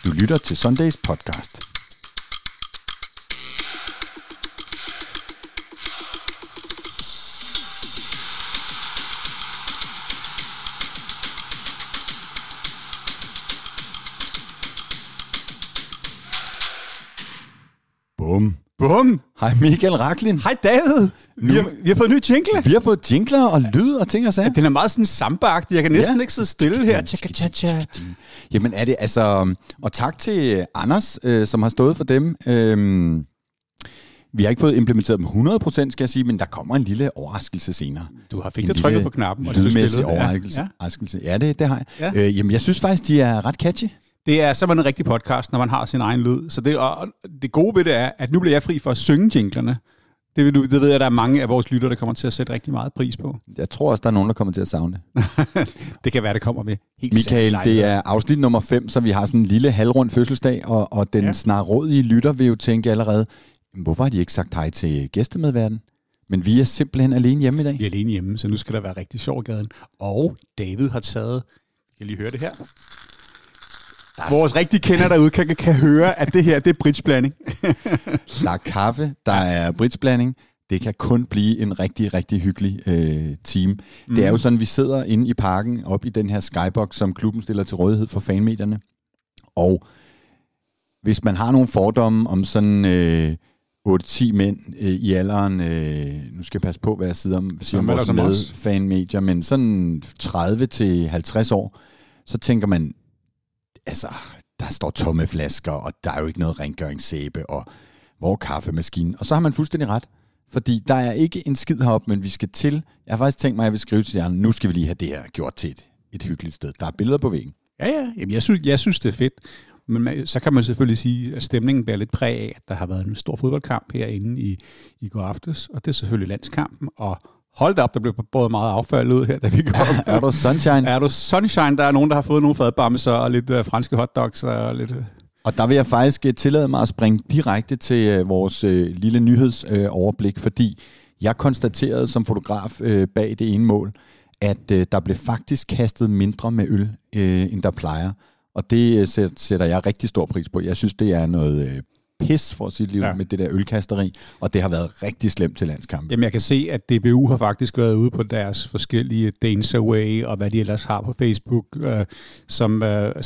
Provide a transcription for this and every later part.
Du lytter til Sundays podcast. Bum. Hej Michael Raklin. Hej David. Vi har fået en ny jingle. Vi har fået jingler og lyd og ting og sager. Ja, den er meget sådan samba-agtig. Jeg kan næsten ikke sidde stille her. Tja. Jamen er det altså... Og tak til Anders, som har stået for dem. Vi har ikke fået implementeret dem 100%, skal jeg sige, men der kommer en lille overraskelse senere. Du har fik trykket på knappen. Og lydmæssig overraskelse. Ja, det har jeg. Ja. Jamen jeg synes faktisk, de er ret catchy. Det er simpelthen en rigtig podcast, når man har sin egen lyd. Så det gode ved det er, at nu bliver jeg fri for at synge jinglerne. Det ved jeg, der er mange af vores lyttere, der kommer til at sætte rigtig meget pris på. Jeg tror også, der er nogen, der kommer til at savne det. Det kan være, det kommer med. Helt Michael, det er afsnit nummer 5, så vi har sådan en lille halvrund fødselsdag, og den snarrådige lytter vil jo tænke allerede, hvorfor har de ikke sagt hej til gæstemedverden? Men vi er simpelthen alene hjemme i dag. Vi er alene hjemme, så nu skal der være rigtig sjov i gaden. Og David har taget... Jeg lige høre det her. Vores rigtige kender derude kan høre, at det her, det er bridgeblanding. Der er kaffe, der er bridgeblanding. Det kan kun blive en rigtig, rigtig hyggelig team. Det er jo sådan, vi sidder inde i parken, op i den her skybox, som klubben stiller til rådighed for fanmedierne. Og hvis man har nogle fordomme om sådan 8-10 mænd i alderen, nu skal jeg passe på, hvad jeg siger om vores medfanmedier, men sådan 30-50 år, så tænker man, altså, der står tomme flasker, og der er jo ikke noget rengøringssæbe, og hvor er kaffemaskinen? Og så har man fuldstændig ret, fordi der er ikke en skid heroppe, men vi skal til. Jeg har faktisk tænkt mig, at jeg vil skrive til jer, nu skal vi lige have det her gjort til et hyggeligt sted. Der er billeder på væggen. Ja. Jamen, jeg synes, det er fedt. Men så kan man selvfølgelig sige, at stemningen bliver lidt præg af, at der har været en stor fodboldkamp herinde i går aftes, og det er selvfølgelig landskampen, og hold da op, der blev både meget affald ud her, da vi kom. Er du sunshine? Er du sunshine? Der er nogen, der har fået nogle fadbamser og lidt franske hotdogs og lidt... Og der vil jeg faktisk tillade mig at springe direkte til vores lille nyhedsoverblik, fordi jeg konstaterede som fotograf bag det ene mål, at der blev faktisk kastet mindre med øl, end der plejer. Og det sætter jeg rigtig stor pris på. Jeg synes, det er noget... pis for sit liv med det der ølkasteri, og det har været rigtig slemt til landskampen. Jamen jeg kan se, at DBU har faktisk været ude på deres forskellige Danes Away, og hvad de ellers har på Facebook, som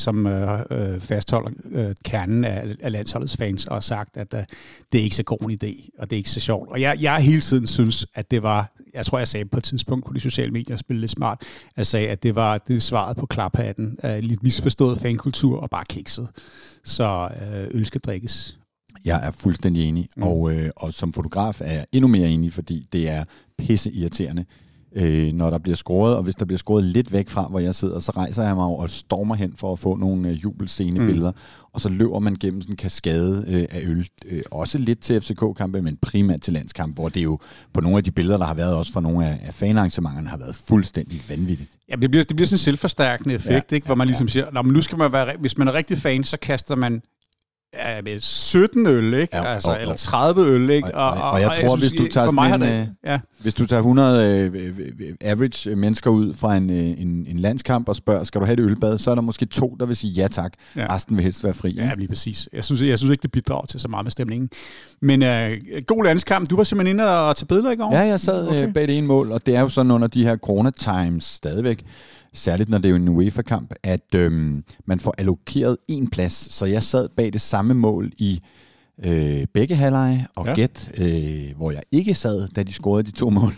fastholder kernen af landsholdets fans, og har sagt, at det er ikke så god en idé, og det er ikke så sjovt. Og jeg hele tiden synes, at det var, jeg tror jeg sagde på et tidspunkt på de sociale medier, spille lidt smart, jeg sagde, at det var det svaret på klaphatten, lidt misforstået fankultur og bare kikset. Så øl skal drikkes. Jeg er fuldstændig enig, og som fotograf er jeg endnu mere enig, fordi det er pisseirriterende, når der bliver scoret, og hvis der bliver scoret lidt væk fra, hvor jeg sidder, så rejser jeg mig over og stormer hen for at få nogle jubelscenebilleder, og så løber man gennem sådan en kaskade af øl, også lidt til FCK-kampe, men primært til landskamp, hvor det jo på nogle af de billeder, der har været også fra nogle af fanarrangementerne, har været fuldstændig vanvittigt. Ja, det bliver sådan en selvforstærkende effekt, ikke? Hvor man ligesom siger, nu skal man være, hvis man er rigtig fan, så kaster man 17 øl, ikke? Eller 30 øl, ikke? Og jeg tror, hvis du tager sådan hvis du tager 100 average mennesker ud fra en landskamp og spørger, skal du have et ølbad, så er der måske 2, der vil sige ja tak. Resten vil helst være fri. Ja, lige præcis. Jeg synes ikke, det bidrager til så meget med stemningen. Men god landskamp. Du var simpelthen inde og tage billeder i går? Ja, jeg sad bag det ene mål, og det er jo sådan under de her corona-times stadigvæk, særligt når det er jo en UEFA-kamp, at man får allokeret en plads. Så jeg sad bag det samme mål i begge halvleje, og gæt, hvor jeg ikke sad, da de scorede de 2 mål.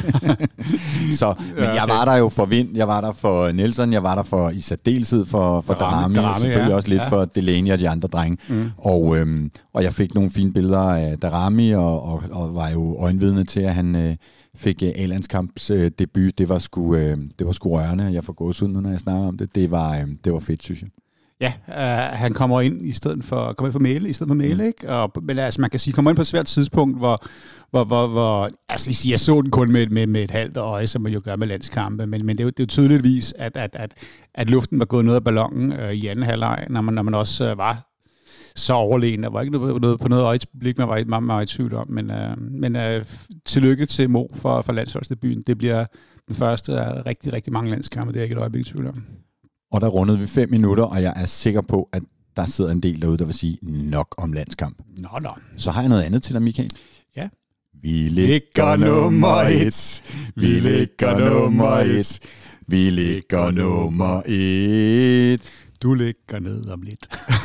Men jeg var der jo for Vind, jeg var der for Nelson, jeg var der for i særdeleshed for Darami, og selvfølgelig også lidt for Delaney og de andre drenge. Og jeg fik nogle fine billeder af Darami, og var jo øjenvidne til, at han... fik A-landskamps debut. Det var sgu rørende. Jeg får gås ud nu, når jeg snakker om det. Det var fedt, synes jeg. Ja, han kommer ind i stedet for Mæle, ikke? Men altså, man kan sige, kommer ind på et svært tidspunkt, hvor altså, jeg så den kun med et halvt øje, som man jo gør med landskampe, men det er jo tydeligvis, at luften var gået ned af ballonen i anden halvleg, når man også var så overlegen. Der var ikke noget på noget øjeblik, man var i tvivl om, men tillykke til Mo for landsholdsdebuten. Det bliver den første af rigtig, rigtig mange landskampe, det er ikke et øjeblik i tvivl om. Og der rundede vi 5 minutter, og jeg er sikker på, at der sidder en del derude, der vil sige nok om landskamp. Nå. Så har jeg noget andet til dig, Michael. Ja. Vi ligger nummer 1. Vi ligger nummer 1. Vi ligger nummer 1. Du ligger ned om lidt.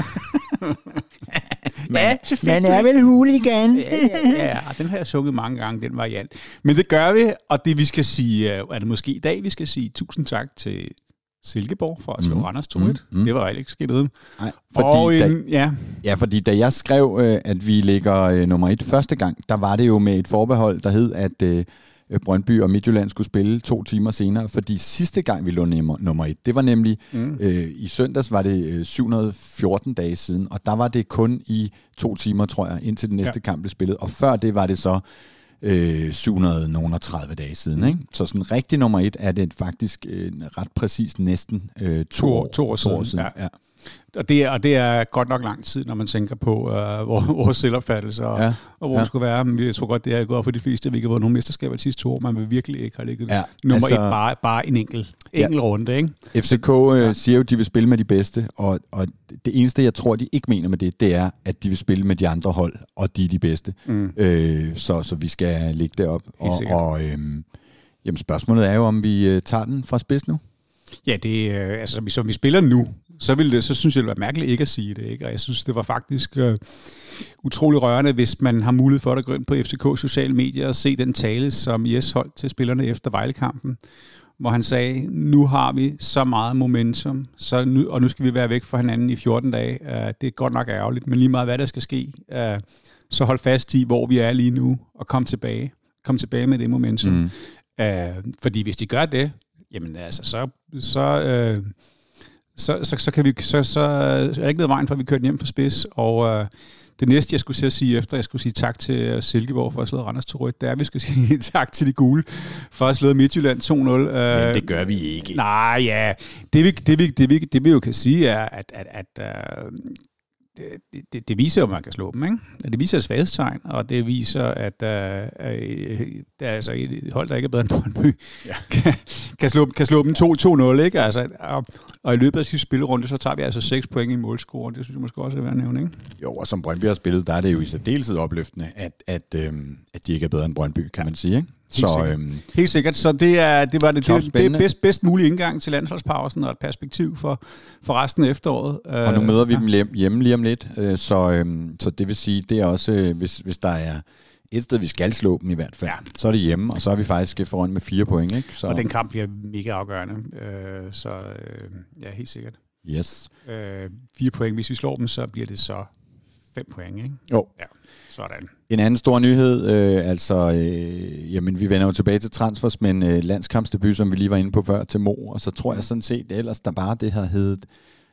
Man er vel hooligan. Ja, den har jeg sunget mange gange, den variant. Men det gør vi, og det vi skal sige, er det måske i dag, vi skal sige tusind tak til Silkeborg for at slå Randers 2-1. Det var ikke sket uden. Nej, fordi da jeg skrev, at vi ligger nummer 1 første gang, der var det jo med et forbehold, der hed, at Brøndby og Midtjylland skulle spille 2 timer senere, fordi sidste gang vi lå nummer 1, det var nemlig i søndags var det 714 dage siden, og der var det kun i 2 timer, tror jeg, indtil den næste kamp blev spillet, og før det var det så 730 dage siden. Ikke? Så sådan rigtig nummer 1 er det faktisk ret præcis næsten 2 år siden. Ja. Og det er godt nok lang tid, når man tænker på vores selvopfattelse og hvor det skulle være. Men jeg tror godt, det er gået for de fleste, at vi ikke har vundet nogle mesterskaber de sidste 2 år. Man vil virkelig ikke have ligget nummer 1 bare en enkelt runde. Ikke? FCK siger jo, at de vil spille med de bedste, og det eneste, jeg tror, de ikke mener med det er, at de vil spille med de andre hold, og de er de bedste. Så vi skal ligge derop. Jamen, spørgsmålet er jo, om vi tager den fra spids nu? Ja, det som vi spiller nu, så synes jeg, det var mærkeligt ikke at sige det. Ikke? Og jeg synes, det var faktisk utrolig rørende, hvis man har mulighed for at gå ind på FCK sociale medier og se den tale, som Jes holdt til spillerne efter Vejle-kampen, hvor han sagde, nu har vi så meget momentum, og nu skal vi være væk fra hinanden i 14 dage. Det er godt nok ærgerligt, men lige meget hvad der skal ske, så hold fast i, hvor vi er lige nu, og kom tilbage. Kom tilbage med det momentum. Fordi hvis de gør det, jamen altså, så kan vi, så er der ikke noget vejen for, at vi kører den hjem for spids, og det næste, jeg skulle sige efter, jeg skulle sige tak til Silkeborg for at slå Randers 2-1, det er, at vi skal sige tak til de gule for at slå Midtjylland 2-0. Men det gør vi ikke. Nej, ja. Det vi jo kan sige er, at det viser jo, at man kan slå dem, ikke? Det viser et svaghedstegn, og det viser, at der er altså et hold, der ikke er bedre end Brøndby, kan slå dem 2-0, ikke? Altså, og i løbet af sidste spillerunde, så tager vi altså 6 point i målscore. Det synes jeg måske også er værd at nævne, ikke? Jo, og som Brøndby har spillet, der er det jo i særdeleshed opløftende, at de ikke er bedre end Brøndby, kan man sige, ikke? Helt sikkert. Så det var det bedst mulige indgang til landsholdspausen og et perspektiv for resten af efteråret. Og nu møder vi dem hjemme lige om lidt, så det vil sige, det er også, hvis der er et sted, vi skal slå dem i hvert fald, så er det hjemme, og så er vi faktisk foran med 4 point. Ikke? Så. Og den kamp bliver mega afgørende, helt sikkert. Yes. 4 point, hvis vi slår dem, så bliver det så 5 point, ikke? Jo. Ja, sådan. En anden stor nyhed, jamen vi vender jo tilbage til transfers, men landskampsdebut, som vi lige var inde på før, til Mo, og så tror jeg sådan set, ellers der bare det har heddet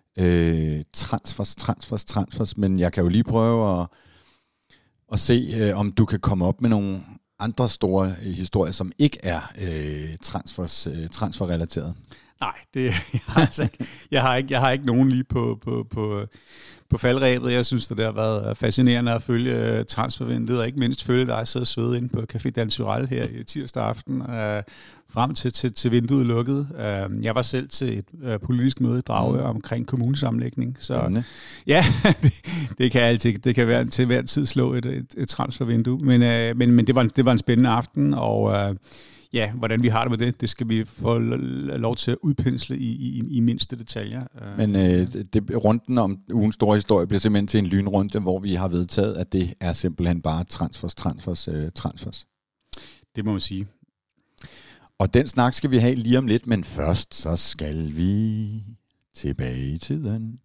transfers, men jeg kan jo lige prøve at se, om du kan komme op med nogle andre store historier, som ikke er transferrelateret. Nej, jeg har ikke nogen lige på faldrebet. Jeg synes, det har været fascinerende at følge transfervinduet, og ikke mindst følge dig sidde og svede inde på Café Dan Surel her i tirsdag aften, frem til vinduet lukket. Jeg var selv til et politisk møde i Dragør omkring kommunesammenlægning, så ja, det kan være til hver tid slå et transfervindue, men det var en spændende aften, og ja, hvordan vi har det med det skal vi få lov til at udpensle i mindste detaljer. Men runden om ugens store historie bliver simpelthen til en lynrunde, hvor vi har vedtaget, at det er simpelthen bare transfers. Det må man sige. Og den snak skal vi have lige om lidt, men først så skal vi tilbage i tiden.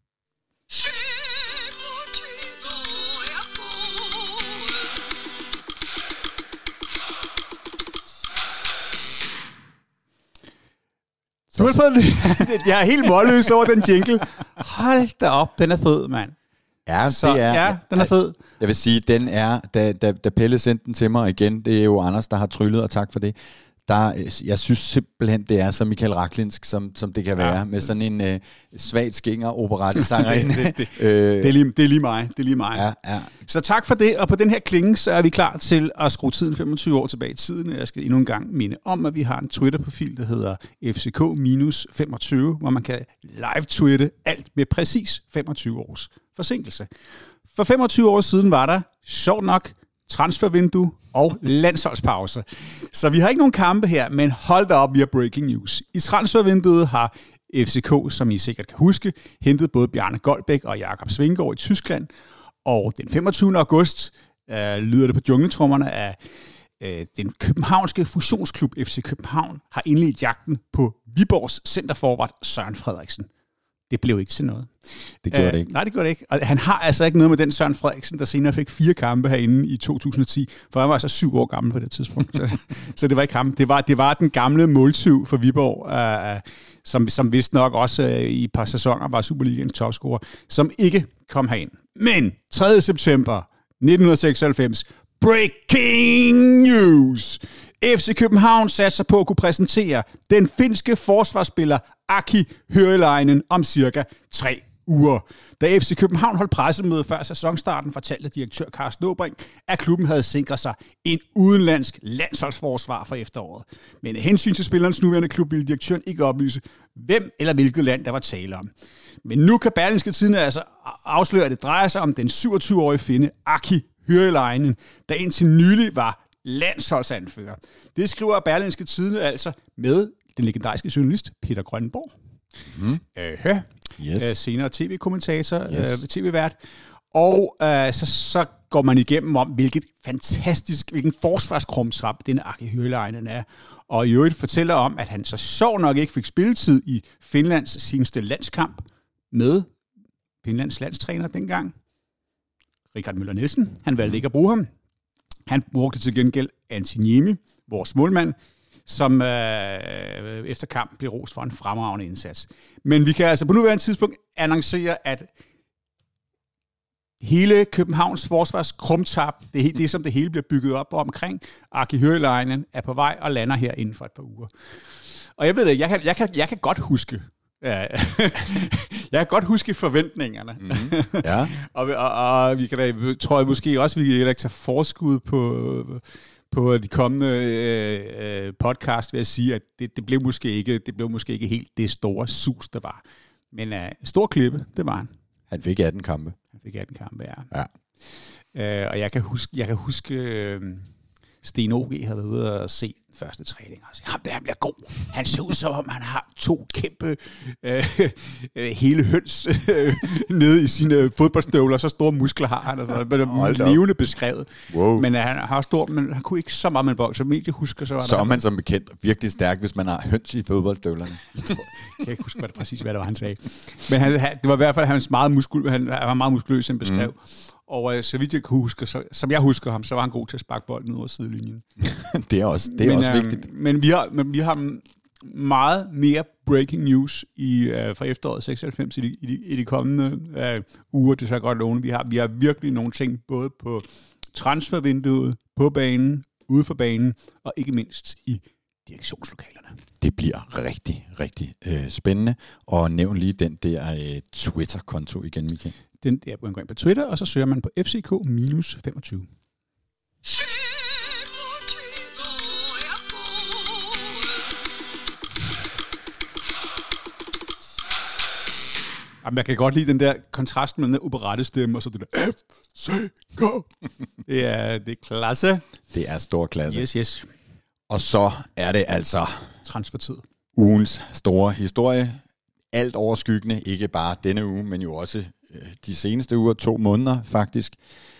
Du har fået jeg er helt målløs over den jingle. Hold da op, den er fed, mand. Ja, den er fed. Jeg vil sige, den er, da Pelle sendte den til mig igen, det er jo Anders, der har tryllet, og tak for det. jeg synes simpelthen, det er så Michael Raklinsk, som det kan være, med sådan en svagt skænger operettesangerinde. det er lige mig. Det er lige mig. Ja. Så tak for det, og på den her klinge, så er vi klar til at skrue tiden 25 år tilbage i tiden. Jeg skal endnu en gang minde om, at vi har en Twitter-profil, der hedder FCK-25, hvor man kan live-twitte alt med præcis 25 års forsinkelse. For 25 år siden var der, sjovt nok, transfervindue og landsholdspause. Så vi har ikke nogen kampe her, men hold da op, vi har breaking news. I transfervinduet har FCK, som I sikkert kan huske, hentet både Bjarne Goldbæk og Jakob Svinggaard i Tyskland. Og den 25. august lyder det på jungletrummerne af den københavnske fusionsklub FC København har indledt jagten på Viborgs centerforward Søren Frederiksen. Det blev ikke til noget. Det gjorde det ikke. Nej, det gjorde det ikke. Og han har altså ikke noget med den Søren Frederiksen, der senere fik 4 kampe herinde i 2010, for han var altså 7 år gammel på det tidspunkt. Så det var ikke ham. Det var den gamle måltyv for Viborg, som vist nok også i et par sæsoner var Superligaens topscorer, som ikke kom herind. Men 3. september 1996, breaking news! FC København satte sig på at kunne præsentere den finske forsvarsspiller Aki Hyöläinen om cirka 3 uger. Da FC København holdt pressemøde før sæsonstarten, fortalte direktør Carsten Åbrink, at klubben havde sikret sig en udenlandsk landsholdsforsvar for efteråret. Men af hensyn til spillerens nuværende klub ville direktøren ikke oplyse, hvem eller hvilket land der var tale om. Men nu kan Berlingske Tidende altså afsløre, at det drejer sig om den 27-årige finne Aki Hyöläinen, der indtil nylig var landsholdsanfører. Det skriver Berlingske Tidende altså med den legendariske journalist Peter Grønborg. Yes. Senere tv-kommentator, tv-vært. Og så går man igennem om, hvilken forsvarskrumtrap denne Aki Hyöläinen er. Og i øvrigt fortæller om, at han så sjov nok ikke fik spilletid i Finlands seneste landskamp med Finlands landstræner dengang, Richard Møller Nielsen. Han valgte ikke at bruge ham. Han brugte til gengæld Antiniemi, vores målmand, som efter kampen blev rost for en fremragende indsats. Men vi kan altså på nuværende tidspunkt annoncere, at hele Københavns forsvarskrumtap, det er som det hele bliver bygget op omkring. Aki Hyöläinen er på vej og lander her inden for et par uger. Og jeg ved det, jeg kan godt huske. Jeg kan godt huske forventningerne. Ja. og vi kan da, tror jeg måske også, vi kan heller ikke tage forskud på de kommende podcast, vil jeg sige, at det blev måske ikke helt det store sus, der var. Men stor klippe, det var han. Han fik 18 kampe. Ja. Og jeg kan huske Sten O.G. havde været ude og se første træning og sige, han bliver god. Han ser ud som om, han har 2 kæmpe hele høns nede i sine fodboldstøvler, så store muskler har han. Altså, levende beskrevet. Wow. Men han har stor, men han kunne ikke så meget med bold, så medie husker så var så er man som bekendt virkelig stærk, hvis man har høns i fodboldstøvlerne. Jeg kan ikke huske, hvad det var, han sagde. Men det var i hvert fald han var meget muskuløs, han beskrev. Og så vidt jeg kan huske, som jeg husker ham, så var han god til at sparke bolden ud over sidelinjen. det er også vigtigt. Men vi har meget mere breaking news fra efteråret 96 i de kommende uger. Det er så godt lovende. Vi har virkelig nogle ting, både på transfervinduet, på banen, ude for banen, og ikke mindst i direktionslokalerne. Det bliver rigtig, rigtig spændende. Og nævn lige den der Twitter-konto igen, Michael. Man går ind på Twitter, og så søger man på FCK-25. Jamen, jeg kan godt lide den der kontrast med den operettestemme, og så det der FCK. Det er klasse. Det er stor klasse. Yes. Og så er det altså transfertid. Ugens store historie. Alt overskyggende, ikke bare denne uge, men jo også de seneste uger, 2 måneder faktisk.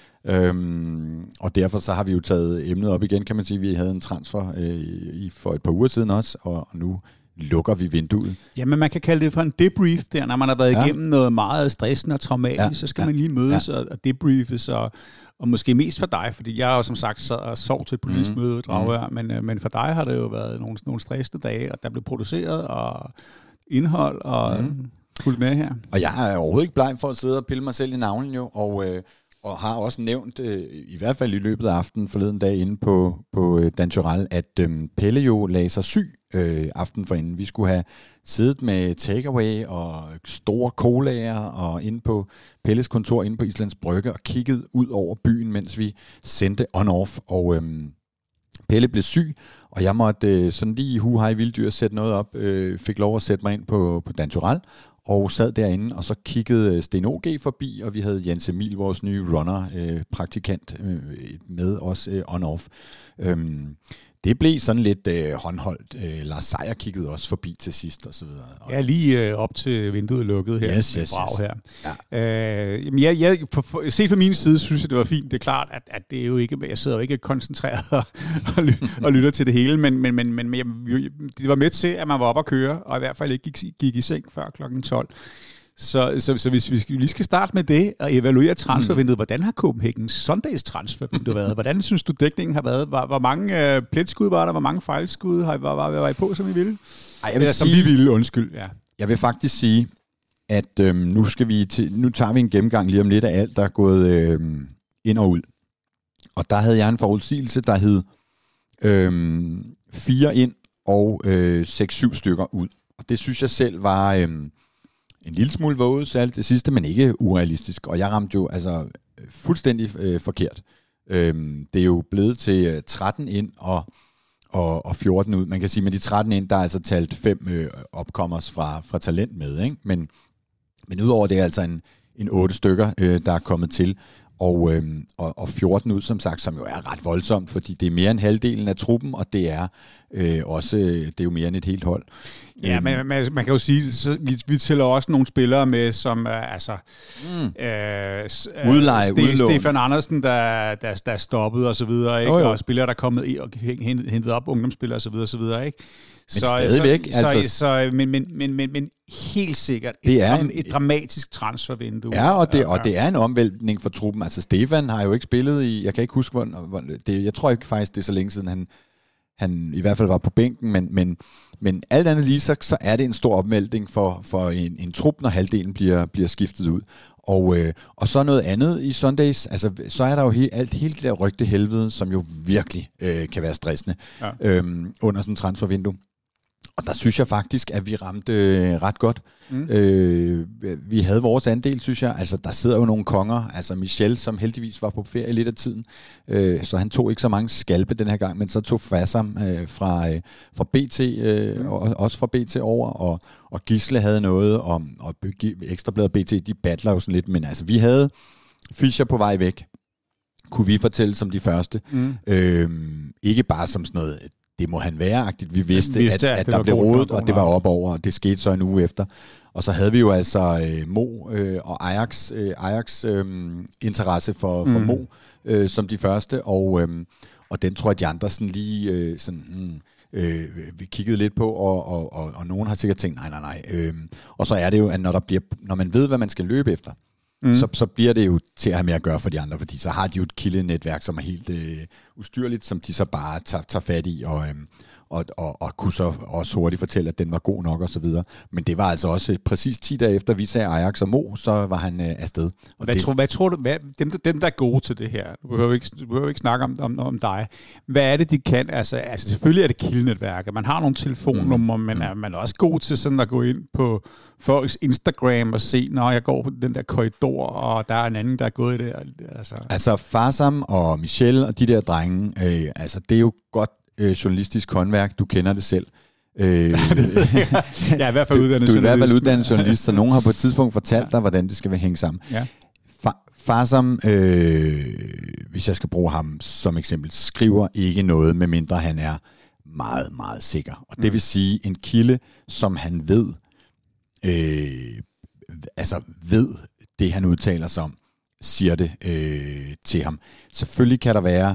Og derfor så har vi jo taget emnet op igen, kan man sige. Vi havde en transfer for et par uger siden også, og nu lukker vi vinduet. Jamen, man kan kalde det for en debrief der, når man har været igennem noget meget stressende og traumatisk, så skal man lige mødes og debriefes, og måske mest for dig, fordi jeg har jo som sagt sad og sov til et politisk møde i Dragør, men for dig har det jo været nogle stressende dage, og der blev produceret og indhold og fuldt med her. Og jeg er overhovedet ikke bleg for at sidde og pille mig selv i navlen jo, og og har også nævnt, i hvert fald i løbet af aftenen forleden dag inde på Dan Tyrell, at Pelle jo lagde sig syg aften forinden. Vi skulle have siddet med takeaway og store colaer og inde på Pelles kontor inde på Islands Brygge og kigget ud over byen, mens vi sendte on-off. Og Pelle blev syg, og jeg måtte sådan lige hu-hej vilddyr sætte noget op. Fik lov at sætte mig ind på Dan Tyrell og sad derinde, og så kiggede Sten O.G. forbi, og vi havde Jens Emil, vores nye runner-praktikant, med os on-off. Det blev sådan lidt håndholdt. Lars Seier kiggede også forbi til sidst, og så videre. Ja, lige op til vinduet lukket her. Yes. Her. Ja. Set fra min side, synes jeg, det var fint. Det er klart, at det er jo ikke, jeg sidder jo ikke koncentreret og lytter til det hele, men det var med til, at man var oppe at køre, og i hvert fald ikke gik i seng før klokken 12. Så hvis vi lige skal starte med det og evaluere transfervinduet, hvordan har Copenhagen's Sundays transfervindue været? Hvordan synes du, dækningen har været? Hvor mange pletskud var der? Hvor mange fejlskud var I på, som I ville? Som vi ville, undskyld. Ja. Jeg vil faktisk sige, at nu tager vi en gennemgang lige om lidt af alt, der er gået ind og ud. Og der havde jeg en forudsigelse, der hed 4 ind og 6-7 stykker ud. Og det synes jeg selv var en lille smule våget, særligt det sidste, men ikke urealistisk. Og jeg ramte jo altså fuldstændig forkert. Det er jo blevet til 13 ind og 14 ud. Man kan sige, med de 13 ind, der er altså talt 5 opkommers fra talent med. Ikke? Men udover det er altså en 8 stykker, der er kommet til. Og 14 ud, som sagt, som jo er ret voldsomt, fordi det er mere end halvdelen af truppen, og det er det er jo mere end et helt hold. Ja, men man kan jo sige, så vi tæller også nogle spillere med, som udlån. Stefan Andersen, der stoppede og så videre, ikke? Og spillere, der er kommet og hentet op, ungdomsspillere og så videre, ikke? Men stadigvæk. Men helt sikkert et dramatisk transfervindue. Ja, og det er en omvæltning for truppen. Altså Stefan har jo ikke spillet i, jeg kan ikke huske, jeg tror ikke faktisk, det er så længe siden, han i hvert fald var på bænken, men alt andet lige, så er det en stor opmelding for en trup, når halvdelen bliver skiftet ud. Og så noget andet i Sundays, altså så er der jo hele det der rygtehelvede, som jo virkelig kan være stressende under sådan en transfervindue. Og der synes jeg faktisk, at vi ramte ret godt. Vi havde vores andel, synes jeg. Altså, der sidder jo nogle konger. Altså Michel, som heldigvis var på ferie lidt af tiden. Så han tog ikke så mange skalpe den her gang, men så tog Fassam fra BT, også fra BT over. Og Gisle havde noget, og Ekstrabladet BT, de battler jo sådan lidt. Men altså, vi havde Fischer på vej væk. Kunne vi fortælle som de første. Ikke bare som sådan noget, det må han være-agtigt. Vi vidste at der blev rodet, og det var op over, og det skete så en uge efter. Og så havde vi jo altså Mo og Ajax interesse for Mo som de første, og den tror jeg, de andre sådan lige vi kiggede lidt på, og nogen har sikkert tænkt, nej. Og så er det jo, at når man ved, hvad man skal løbe efter, så bliver det jo til at have mere at gøre for de andre, fordi så har de jo et kildenetværk, som er helt ustyrligt, som de så bare tager fat i, og kunne så også hurtigt fortælle, at den var god nok og så videre. Men det var altså også præcis 10 dage efter, vi sagde Ajax og Mo, så var han afsted. Og hvad tror du, dem der er gode til det her, du behøver ikke snakke om dig, hvad er det, de kan? Altså selvfølgelig er det kildenetværk, man har nogle telefonnumre, men er man også god til sådan at gå ind på folks Instagram og se, når jeg går på den der korridor, og der er en anden, der er gået i det. Altså Farsam og Michel og de der drenge, det er jo godt journalistisk håndværk, du kender det selv. Jeg er i hvert fald uddannet journalist. Du er i hvert fald uddannet journalist, så nogen har på et tidspunkt fortalt dig, hvordan det skal hænge sammen. Ja. Farsam, hvis jeg skal bruge ham som eksempel, skriver ikke noget, medmindre han er meget, meget sikker. Og det vil sige, en kilde, som han ved det, han udtaler sig om, siger det til ham. Selvfølgelig kan der være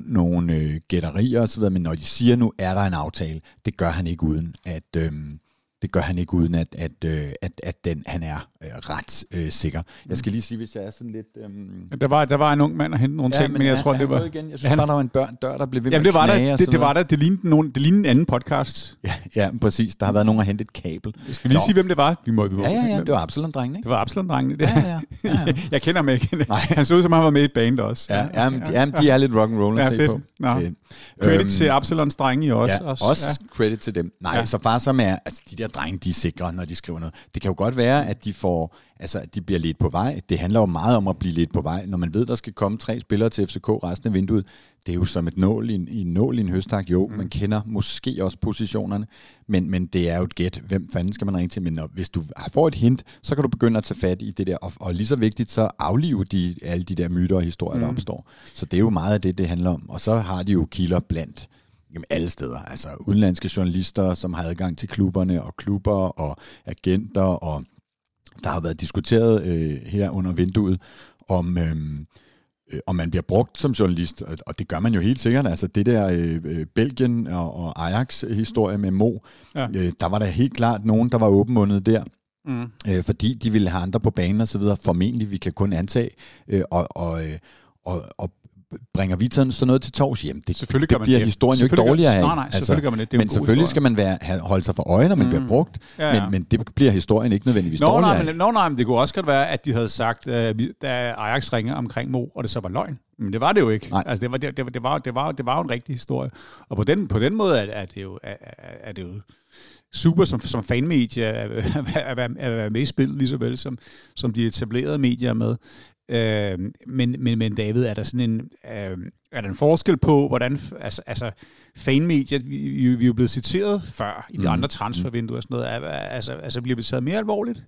nogle gætterier og så videre, men når de siger, nu er der en aftale, det gør han ikke uden, det gør han ikke uden, at han er ret sikker. Jeg skal lige sige, hvis jeg er sådan lidt... Der var en ung mand og hente nogle ting, men jeg tror, det var... Igen. Jeg synes bare, der var en dør, der blev ved med at knage. Det var der. Det lignede en anden podcast. Ja, præcis. Der har været nogen, der hentet et kabel. Skal vi lige sige, hvem det var? Ja, det var Absalon-drengene, ikke? Det var Absalon-drengene. Ja. Jeg kender ham ikke. Han så ud, som han var med i et band også. Ja, de er lidt rock'n'roll at se på. Credit til Absalons drenge også. Ja, også credit til dem. Nej, så far som er... Altså, de der drenge, de er sikre, når de skriver noget. Det kan jo godt være, at de får... Altså, de bliver ledt på vej. Det handler jo meget om at blive ledt på vej. Når man ved, der skal komme 3 spillere til FCK resten af vinduet, det er jo som et nål i en høstak. Jo, man kender måske også positionerne, men det er jo et gæt. Hvem fanden skal man ringe til? Men hvis du får et hint, så kan du begynde at tage fat i det der. Og lige så vigtigt, så aflive alle de der myter og historier, der opstår. Så det er jo meget af det handler om. Og så har de jo kilder blandt alle steder. Altså udenlandske journalister, som har adgang til klubberne og klubber og agenter, og der har været diskuteret her under vinduet, om man bliver brugt som journalist, og det gør man jo helt sikkert. Altså det der Belgien og Ajax-historie med Mo, der var der helt klart nogen, der var åbenmundet der, fordi de ville have andre på banen og så videre. Formentlig, vi kan kun antage, og bringer vi sådan noget til torvs? Jamen, det bliver historien jo ikke dårligere af. Nej, selvfølgelig gør man det. Men selvfølgelig skal man holde sig for øje, når man bliver brugt, men det bliver historien ikke nødvendigvis dårligere af. Nej, men det kunne også godt være, at de havde sagt, da Ajax ringede omkring Mo, og det så var løgn. Men det var det jo ikke. Nej. Altså, det var jo en rigtig historie. Og på den måde er det jo super som fanmedie at være med i spillet, lige så vel som de etablerede medier med. Men David, er der sådan er der en forskel på, hvordan altså fanmedier, vi er jo blevet citeret før i de andre transfervinduer og sådan noget, altså bliver vi taget mere alvorligt?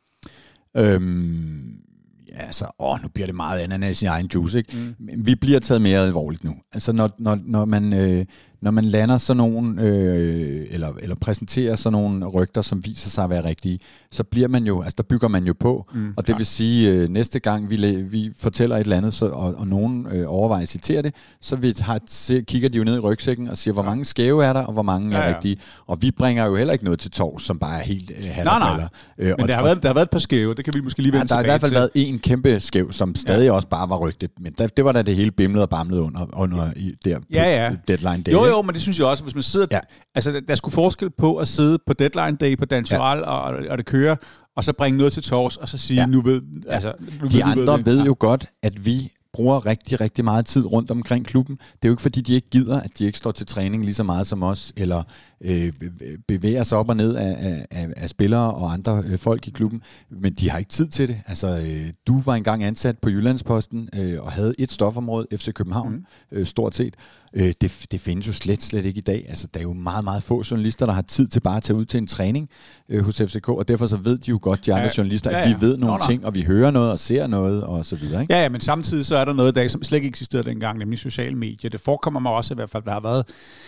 Nu bliver det meget ananas i egen juice, ikke? Vi bliver taget mere alvorligt nu. Altså når man lander sådan nogle, eller præsenterer sådan nogle rygter, som viser sig at være rigtige, så bliver man jo, altså der bygger man jo på, og det vil sige, næste gang vi fortæller et eller andet, og nogen overvejer at citere det, så kigger de jo ned i rygsækken og siger, hvor mange skæve er der, og hvor mange er rigtige. Og vi bringer jo heller ikke noget til torvs, som bare er helt hallerballer. Men der har været et par skæve, det kan vi måske lige vende tilbage til. Der har i hvert fald været en kæmpe skæv, som stadig også bare var rygtet, men det var da det hele bimlede og bamlede under deadline day. Jo, men det synes jeg også, hvis man sidder... Ja. Altså, der skulle forskel på at sidde på deadline day på Dansual, og det kører, og så bringe noget til tors, og så sige, nu ved... Altså, de andre ved jo godt, at vi bruger rigtig, rigtig meget tid rundt omkring klubben. Det er jo ikke, fordi de ikke gider, at de ikke står til træning lige så meget som os, eller bevæger sig op og ned af spillere og andre folk i klubben, men de har ikke tid til det. Altså, du var engang ansat på Jyllandsposten og havde et stofområde, FC København, stort set. Det findes jo slet ikke i dag. Altså, der er jo meget, meget få journalister, der har tid til bare at tage ud til en træning hos FCK, og derfor så ved de jo godt, de andre journalister, at vi ved nogle ting, og vi hører noget og ser noget, og så videre. Ikke? Ja, men samtidig så er der noget, der som slet ikke eksisterede dengang, nemlig sociale medier. Det forekommer mig også i hvert fald, der har været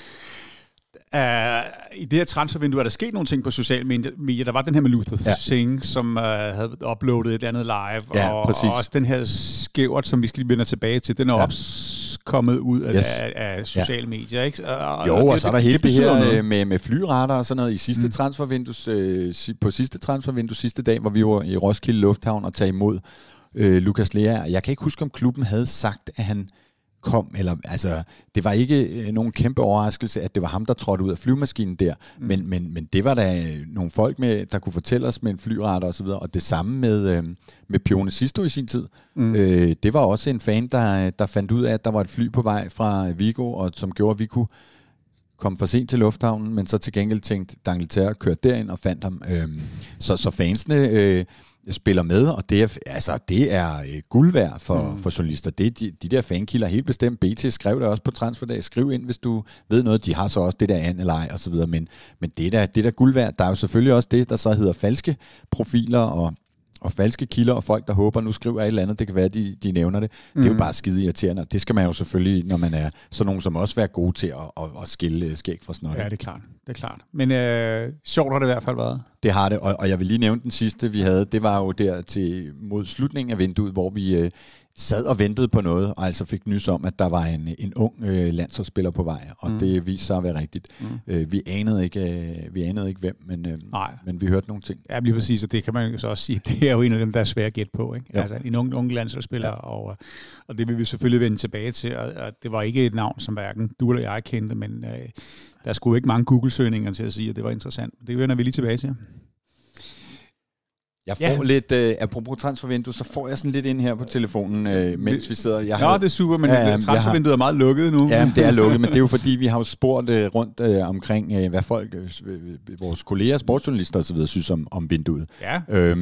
i det her transfervindue er der sket nogle ting på sociale medier. Der var den her med Luther Singh, som havde uploadet et andet live, og også den her skævert, som vi skal vende tilbage til, den er også kommet ud af sociale medier, ikke? Og så er der hele det her med flyretter og sådan noget i sidste transfervindue, sidste dag, hvor vi var i Roskilde Lufthavn og tage imod Lukas Lea. Jeg kan ikke huske, om klubben havde sagt, at han kom, eller altså, det var ikke nogen kæmpe overraskelse, at det var ham, der trådte ud af flyvemaskinen der, men det var der nogle folk med, der kunne fortælle os med en flyretter og så videre, og det samme med Pione Sisto i sin tid. Det var også en fan, der fandt ud af, at der var et fly på vej fra Vigo, og som gjorde, at vi kunne komme for sent til lufthavnen, men så til gengæld tænkte D'Angleterre kørte derind og fandt ham. Så fansene spiller med, og det er guld værd for journalister. Det er de der fankilder helt bestemt. BT skrev der også på transferdag. Skriv ind, hvis du ved noget. De har så også det der an eller ej, og så videre. Men det er der guld værd. Der er jo selvfølgelig også det, der så hedder falske profiler og falske kilder, og folk, der håber, nu skriver et eller andet, det kan være, de nævner det. Det er jo bare skide irriterende. Det skal man jo selvfølgelig, når man er sådan nogen, som også være gode til at skille skæg fra snot. Ja, det er klart. Men sjovt har det i hvert fald været. Det har det, og jeg vil lige nævne den sidste, vi havde. Det var jo der mod slutningen af vinduet, hvor vi sad og ventede på noget, og altså fik nys om, at der var en ung landsholdsspiller på vej, og det viste sig at være rigtigt. Vi anede ikke hvem, men vi hørte nogle ting. Ja, lige præcis, og det kan man jo så også sige, det er jo en af dem, der er svære at gætte på. Ikke? Altså en ung landsholdsspiller, og det vil vi selvfølgelig vende tilbage til, og det var ikke et navn, som hverken du eller jeg kendte, men der skulle ikke mange Google-søgninger til at sige, at det var interessant. Det vender vi lige tilbage til. Jeg får lidt, apropos transfervindue, så får jeg sådan lidt ind her på telefonen, mens vi sidder. Det er super, men transfervinduet er meget lukket nu. Ja, det er lukket, men det er jo fordi, vi har jo spurgt rundt omkring, hvad folk, vores kolleger, sportsjournalister osv. synes om vinduet. Ja.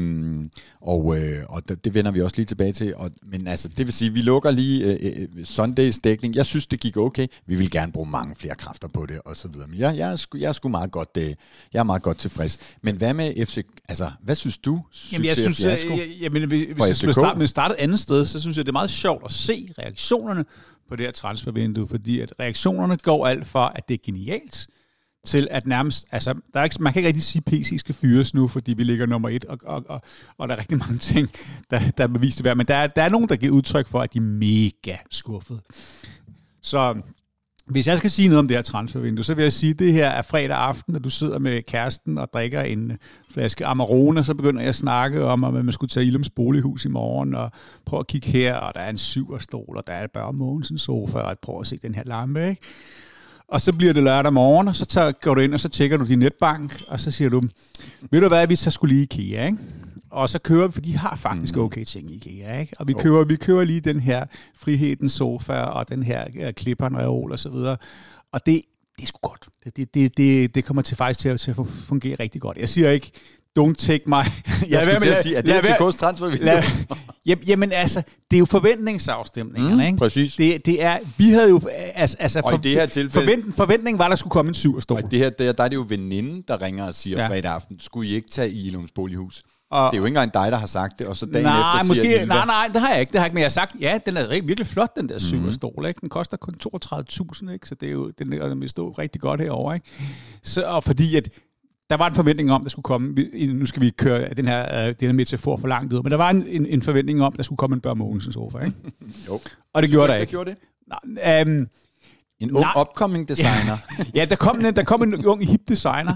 Og det vender vi også lige tilbage til. Men altså, det vil sige, vi lukker lige Sundays dækning. Jeg synes, det gik okay. Vi vil gerne bruge mange flere kræfter på det, og så videre. Men jeg er sgu meget godt, jeg er meget godt tilfreds. Men hvad med FC, altså, hvad synes du? Jamen, jeg synes, hvis man starter et andet sted, så synes jeg, det er meget sjovt at se reaktionerne på det her transfervindue, fordi at reaktionerne går alt fra, at det er genialt, til at nærmest, altså, man kan ikke rigtig sige, at PC skal fyres nu, fordi vi ligger nummer 1, og der er rigtig mange ting, der er bevist det værd, men der er nogen, der giver udtryk for, at de er mega skuffede. Så hvis jeg skal sige noget om det her transfervindue, så vil jeg sige, at det her er fredag aften, og du sidder med kæresten og drikker en flaske Amarone, og så begynder jeg at snakke om, at man skulle tage Ilums Bolighus i morgen, og prøve at kigge her, og der er en syverstol, og der er et Børge Mogensens sofa, og prøve at se den her lampe, ikke? Og så bliver det lørdag morgen, og så går du ind, og så tjekker du din netbank, og så siger du, ved du hvad, vi så skulle lige i IKEA, ikke? Og så kører vi, for de har faktisk okay ting i IKEA, ikke? Og vi kører lige den her Friheden sofa, og den her klipperen reol og så videre. Og det er sgu godt. Det kommer faktisk til at fungere rigtig godt. Jeg siger ikke, don't take my... Jeg skulle til at sige, at det er FCK's transfervindue. Jamen altså, det er jo forventningsafstemningerne, ikke? Præcis. Det er, vi havde jo... Og i det her tilfælde... Forventningen var, der skulle komme en syverstol. Og det her, der er det jo veninden, der ringer og siger fredag aften, skulle I ikke tage i Ilums Bolighus? Det er jo ikke engang dig, der har sagt det, og så dagen efter siger Nej, det har jeg ikke. Men jeg har sagt, ja, den er virkelig flot, den der syverstol, ikke? Den koster kun 32.000, ikke? Så det er jo, den vil stå rigtig godt herovre, ikke? Så, og fordi at der var en forventning om, der skulle komme, nu skal vi køre den her metafor for langt ud, men der var en forventning om, der skulle komme en Børge Mogensens sofa, ikke? Jo. Og det gjorde der ikke. Gjorde det? Nej, en ung upcoming designer. Ja, der kom en ung hip designer,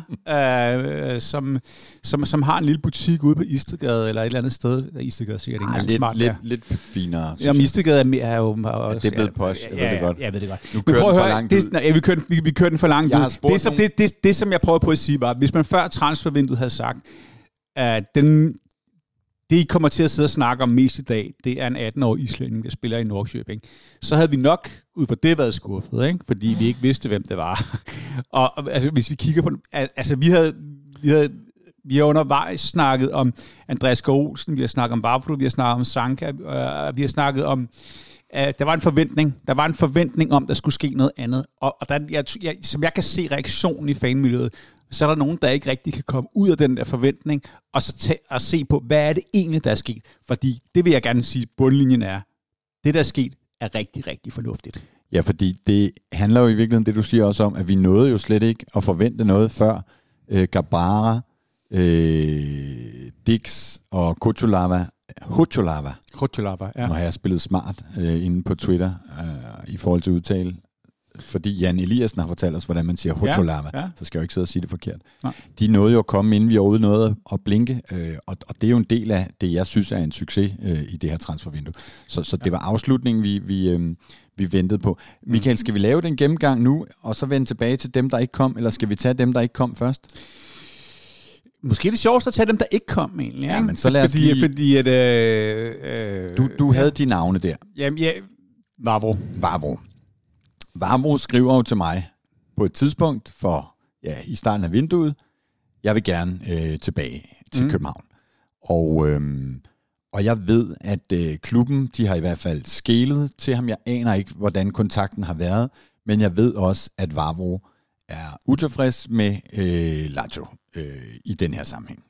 som har en lille butik ude på Istedgade, eller et eller andet sted. Istedgade er sikkert ikke engang smart. Lidt finere. Jamen, Istedgade er jo... Ja, det er blevet posh, jeg ved det godt. Jeg ved det godt. Nu kører den for langt ud. Vi kørte den for langt ud. Det, som jeg prøver på at sige, var, hvis man før transfervinduet havde sagt, at det, I kommer til at sidde og snakke om mest i dag, det er en 18-årig islænding, der spiller i Norrköping. Så havde vi nok ud fra det været skuffet, ikke? Fordi vi ikke vidste, hvem det var. Og altså, hvis vi kigger på... Altså, vi har undervejs snakket om Andreas Gård Olsen, vi har snakket om Vavro, vi har snakket om Sanka, vi har snakket om... Der var en forventning om, der skulle ske noget andet. Og der, som jeg kan se reaktionen i fanmiljøet, så er der nogen, der ikke rigtig kan komme ud af den der forventning, og så se på, hvad er det egentlig, der er sket. Fordi det vil jeg gerne sige, bundlinjen er, det der er sket, er rigtig, rigtig fornuftigt. Ja, fordi det handler jo i virkeligheden, det du siger også om, at vi nåede jo slet ikke at forvente noget før Gabara, Dix og Hocholava, ja. Nu har jeg spillet smart inde på Twitter i forhold til udtale. Fordi Jan Eliassen har fortalt os, hvordan man siger Hocholava, så skal jeg jo ikke sidde og sige det forkert. Nej. De nåede jo at komme, inden vi overhovedet nåede at blinke, og det er jo en del af det, jeg synes er en succes i det her transfervindue. Så det var afslutningen, vi ventede på. Michael, skal vi lave den gennemgang nu, og så vende tilbage til dem, der ikke kom, eller skal vi tage dem, der ikke kom først? Måske er det sjovest at tage dem, der ikke kom egentlig. Ja, men så lad os lige... Fordi at... Du havde de navne der. Jamen, ja, Vavro skriver jo til mig på et tidspunkt i starten af vinduet, jeg vil gerne tilbage til København. Og jeg ved, at klubben, de har i hvert fald skælet til ham. Jeg aner ikke, hvordan kontakten har været, men jeg ved også, at Vavro er utilfreds med Lazio i den her sammenhæng.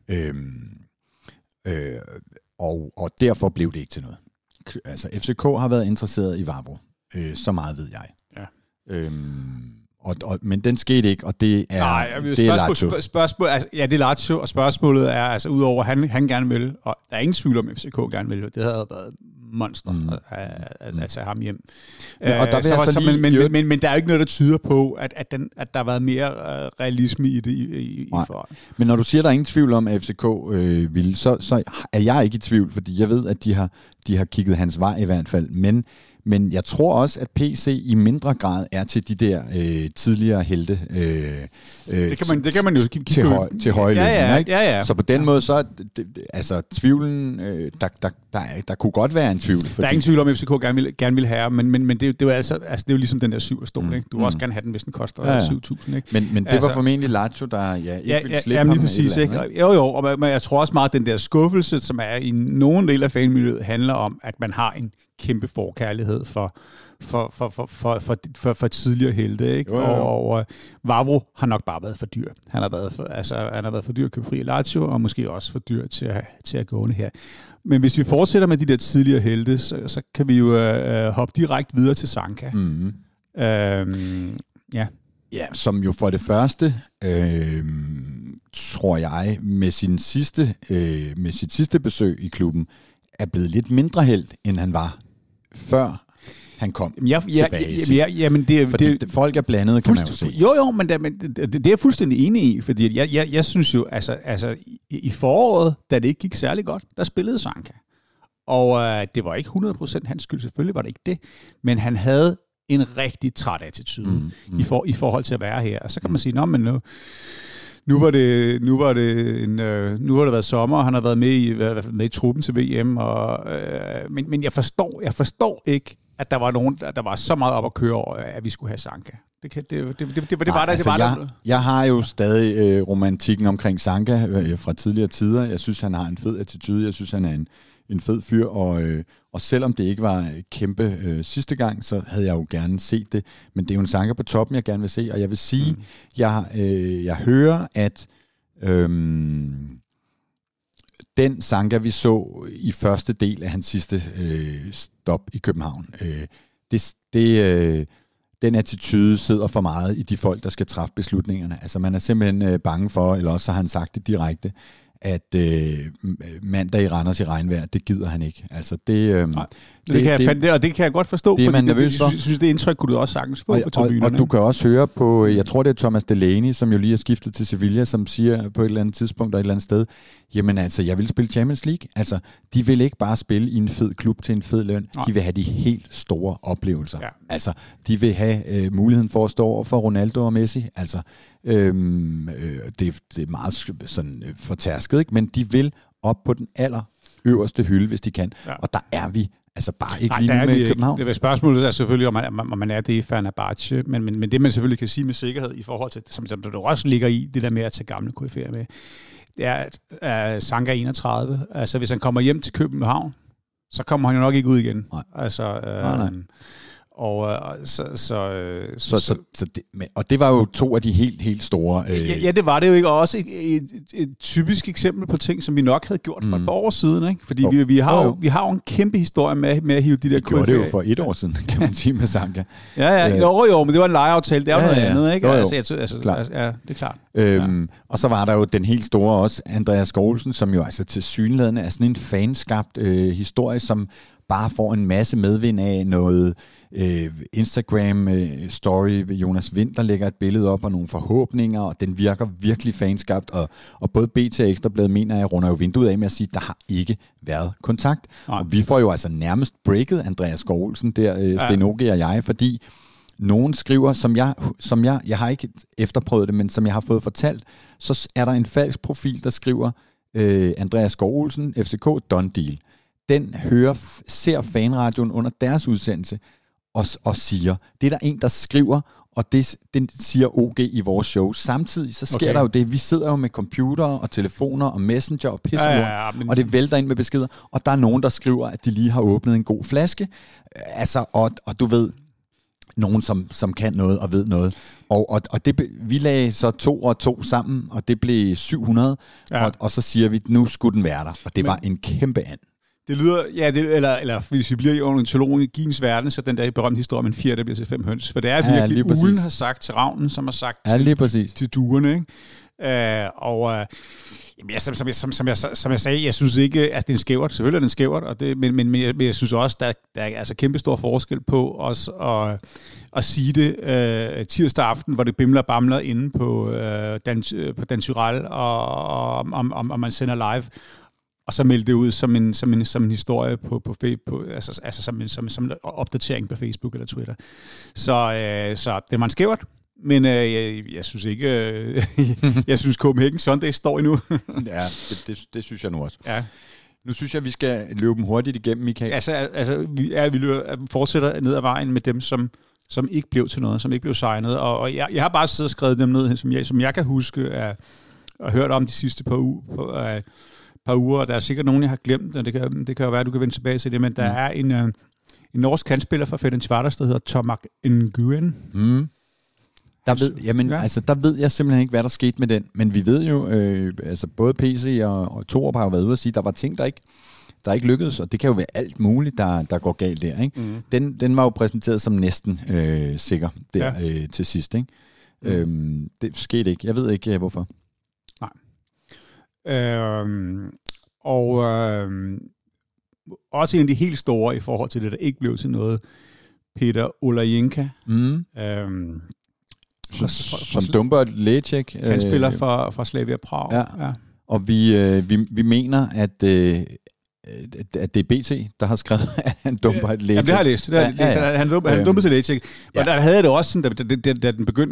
Og derfor blev det ikke til noget. Altså, FCK har været interesseret i Vavro. Så meget ved jeg. Ja. Men den skete ikke, og det er Lazio. Spørgsmål, altså, ja, det er Lazio, og spørgsmålet er, altså udover han gerne vil, og der er ingen tvivl om, FCK gerne vil, det havde været monster at tage ham hjem. Men der er jo ikke noget, der tyder på, at der har været mere realisme i det i forhold. Men når du siger, der er ingen tvivl om, at FCK vil, så er jeg ikke i tvivl, fordi jeg ved, at de har kigget hans vej i hvert fald. Men jeg tror også, at PC i mindre grad er til de der tidligere helte. Det kan man jo til høje lønninger, ikke? Ja. Så på den måde, så altså tvivlen, der kunne godt være en tvivl. Der er ingen tvivl om, at FCK gerne vil have, men det er jo altså det er jo ligesom den der 7-stol, ikke? Du vil også gerne have den, hvis den koster 7.000, ikke? Men det var formentlig Lazio, der ikke ville slippe ham. Lige præcis, ikke? Jo, men jeg tror også meget, at den der skuffelse, som er i nogen del af fanmiljøet, handler om, at man har en kæmpe forkærlighed for tidligere helte, ikke? Jo. Og Vavro har nok bare været for dyr. Han har været for dyr at købe fri i Lazio, og måske også for dyr til at gå her. Men hvis vi fortsætter med de der tidligere helte, så kan vi jo hoppe direkte videre til Sanka. Mm-hmm. Ja, som jo for det første, tror jeg, med sit sidste besøg i klubben, er blevet lidt mindre helt, end han var før han kom tilbage. Fordi folk er blandet, kan man jo se. Jo, men det er jeg fuldstændig enig i, fordi jeg synes jo, altså i foråret, da det ikke gik særlig godt, der spillede Sanka. Og det var ikke 100% hans skyld, selvfølgelig var det ikke det, men han havde en rigtig træt attitude i forhold til at være her. Og så kan man sige, nu var det været sommer, og han har været med i truppen til VM, men jeg forstår ikke, at der var nogen, der var så meget op at køre over, at vi skulle have Sanka. Jeg har jo stadig romantikken omkring Sanka fra tidligere tider. Jeg synes, han har en fed attitude. Jeg synes, han er en fed fyr, og selvom det ikke var kæmpe sidste gang, så havde jeg jo gerne set det. Men det er jo en Sanka på toppen, jeg gerne vil se, og jeg vil sige, jeg hører, at den Sanka, vi så i første del af hans sidste stop i København, den attitude sidder for meget i de folk, der skal træffe beslutningerne. Altså man er simpelthen bange for, eller også så har han sagt det direkte, at mandag i Randers i regnvejr, det gider han ikke. Altså det kan jeg godt forstå. Det er man nervøs for. Jeg synes, det indtryk kunne du også sagtens få på tribunerne. Og du kan også høre på, jeg tror det er Thomas Delaney, som jo lige er skiftet til Sevilla, som siger på et eller andet tidspunkt og et eller andet sted, jamen altså, jeg vil spille Champions League. Altså, de vil ikke bare spille i en fed klub til en fed løn. Nej. De vil have de helt store oplevelser. Ja. Altså, de vil have muligheden for at stå over for Ronaldo og Messi. Altså, det er meget sådan fortærsket, ikke? Men de vil op på den allerøverste hylde, hvis de kan. Ja. Og der er vi altså bare ikke lige med i København. Det spørgsmålet er selvfølgelig, om man er det i Fenerbahce, men det man selvfølgelig kan sige med sikkerhed i forhold til, som du også ligger i, det der med at tage gamle KF'er med, det er, at Sanka 31. Altså, hvis han kommer hjem til København, så kommer han jo nok ikke ud igen. Nej. Altså, nej. Og det var jo to af de helt store. Ja, det var det jo ikke. Og også et typisk eksempel på ting, som vi nok havde gjort for et par år siden, ikke? Fordi vi har jo en kæmpe historie med at hive de der. Vi gjorde det jo for 1 år siden, kan man sige, med Sanka. Jo, men det var en lejeaftale. Det er jo noget andet, ikke? Jo. Klart. Ja, det er klart. Og så var der jo den helt store også, Andreas Skålsen, som jo altså tilsyneladende er sådan en fanskabt historie, som bare får en masse medvind af noget Instagram-story. Jonas Vind, der lægger et billede op og nogle forhåbninger, og den virker virkelig fanskabt. Og både BT og Ekstrabladet mener, at jeg runder jo vinduet af med at sige, at der har ikke været kontakt. Og vi får jo altså nærmest breaket Andreas Skålsen der, Stenoge og jeg, fordi nogen skriver, som jeg har ikke efterprøvet det, men som jeg har fået fortalt, så er der en falsk profil, der skriver Andreas Skov-Olsen, FCK, done deal. Den ser fanradioen under deres udsendelse og siger, det er der en, der skriver, og den siger OG i vores show. Samtidig så sker der jo det, vi sidder jo med computer og telefoner og messenger og pisselort, og det vælter ind med beskeder, og der er nogen, der skriver, at de lige har åbnet en god flaske. Altså, og du ved, nogen, som kan noget og ved noget. Og det, vi lagde så 2 og 2 sammen, og det blev 700, og så siger vi, nu skulle den være der. Og det var en kæmpe and. Det lyder, eller hvis vi bliver i ornitologiens verden, så den der berømte historie om en 4, der bliver til 5 høns. For det er virkelig, uglen har sagt til ravnen, som har sagt til duerne, ikke? Jamen, som jeg sagde, jeg synes ikke, at det er skævert. Selvfølgelig er det skævert, og det, men jeg synes også, der er altså kæmpe stor forskel på os at sige det tirsdag aften, hvor det bimler og bamler inde på Dan Tyrell, og man sender live, og så melde det ud som en historie på Facebook, altså som en opdatering på Facebook eller Twitter. Så det var en skævert. Men jeg synes ikke... jeg synes, Copenhagen Sunday står endnu. Ja, det synes jeg nu også. Ja. Nu synes jeg, vi skal løbe dem hurtigt igennem, Michael. Altså vi fortsætter ned ad vejen med dem, som ikke blev til noget, som ikke blev signet. Og jeg har bare siddet og skrevet dem ned, som jeg kan huske, og hørt om de sidste par uger. Og der er sikkert nogen, jeg har glemt, og det kan jo være, at du kan vende tilbage til det, men der er en norsk kantspiller fra Ferencváros, der hedder Tomak Nguyen. Der ved jeg simpelthen ikke, hvad der skete med den. Men vi ved jo, både PC og Torup har jo været ude og sige, at der var ting, der ikke lykkedes, og det kan jo være alt muligt, der går galt der. Ikke? Den var jo præsenteret som næsten sikker der til sidst. Ikke? Det skete ikke. Jeg ved ikke, hvorfor. Nej. Også en af de helt store i forhold til det, der ikke blev til noget, Peter Olajenka. Som dumper et lægetjek. Kantspiller fra Slavia Prag. Ja. Og vi mener, at det er BT, der har skrevet, at han dumper et lægetjek. Ja, det har jeg læst. Han dumpede til lægetjek. Og der havde jeg det også sådan, da den begyndte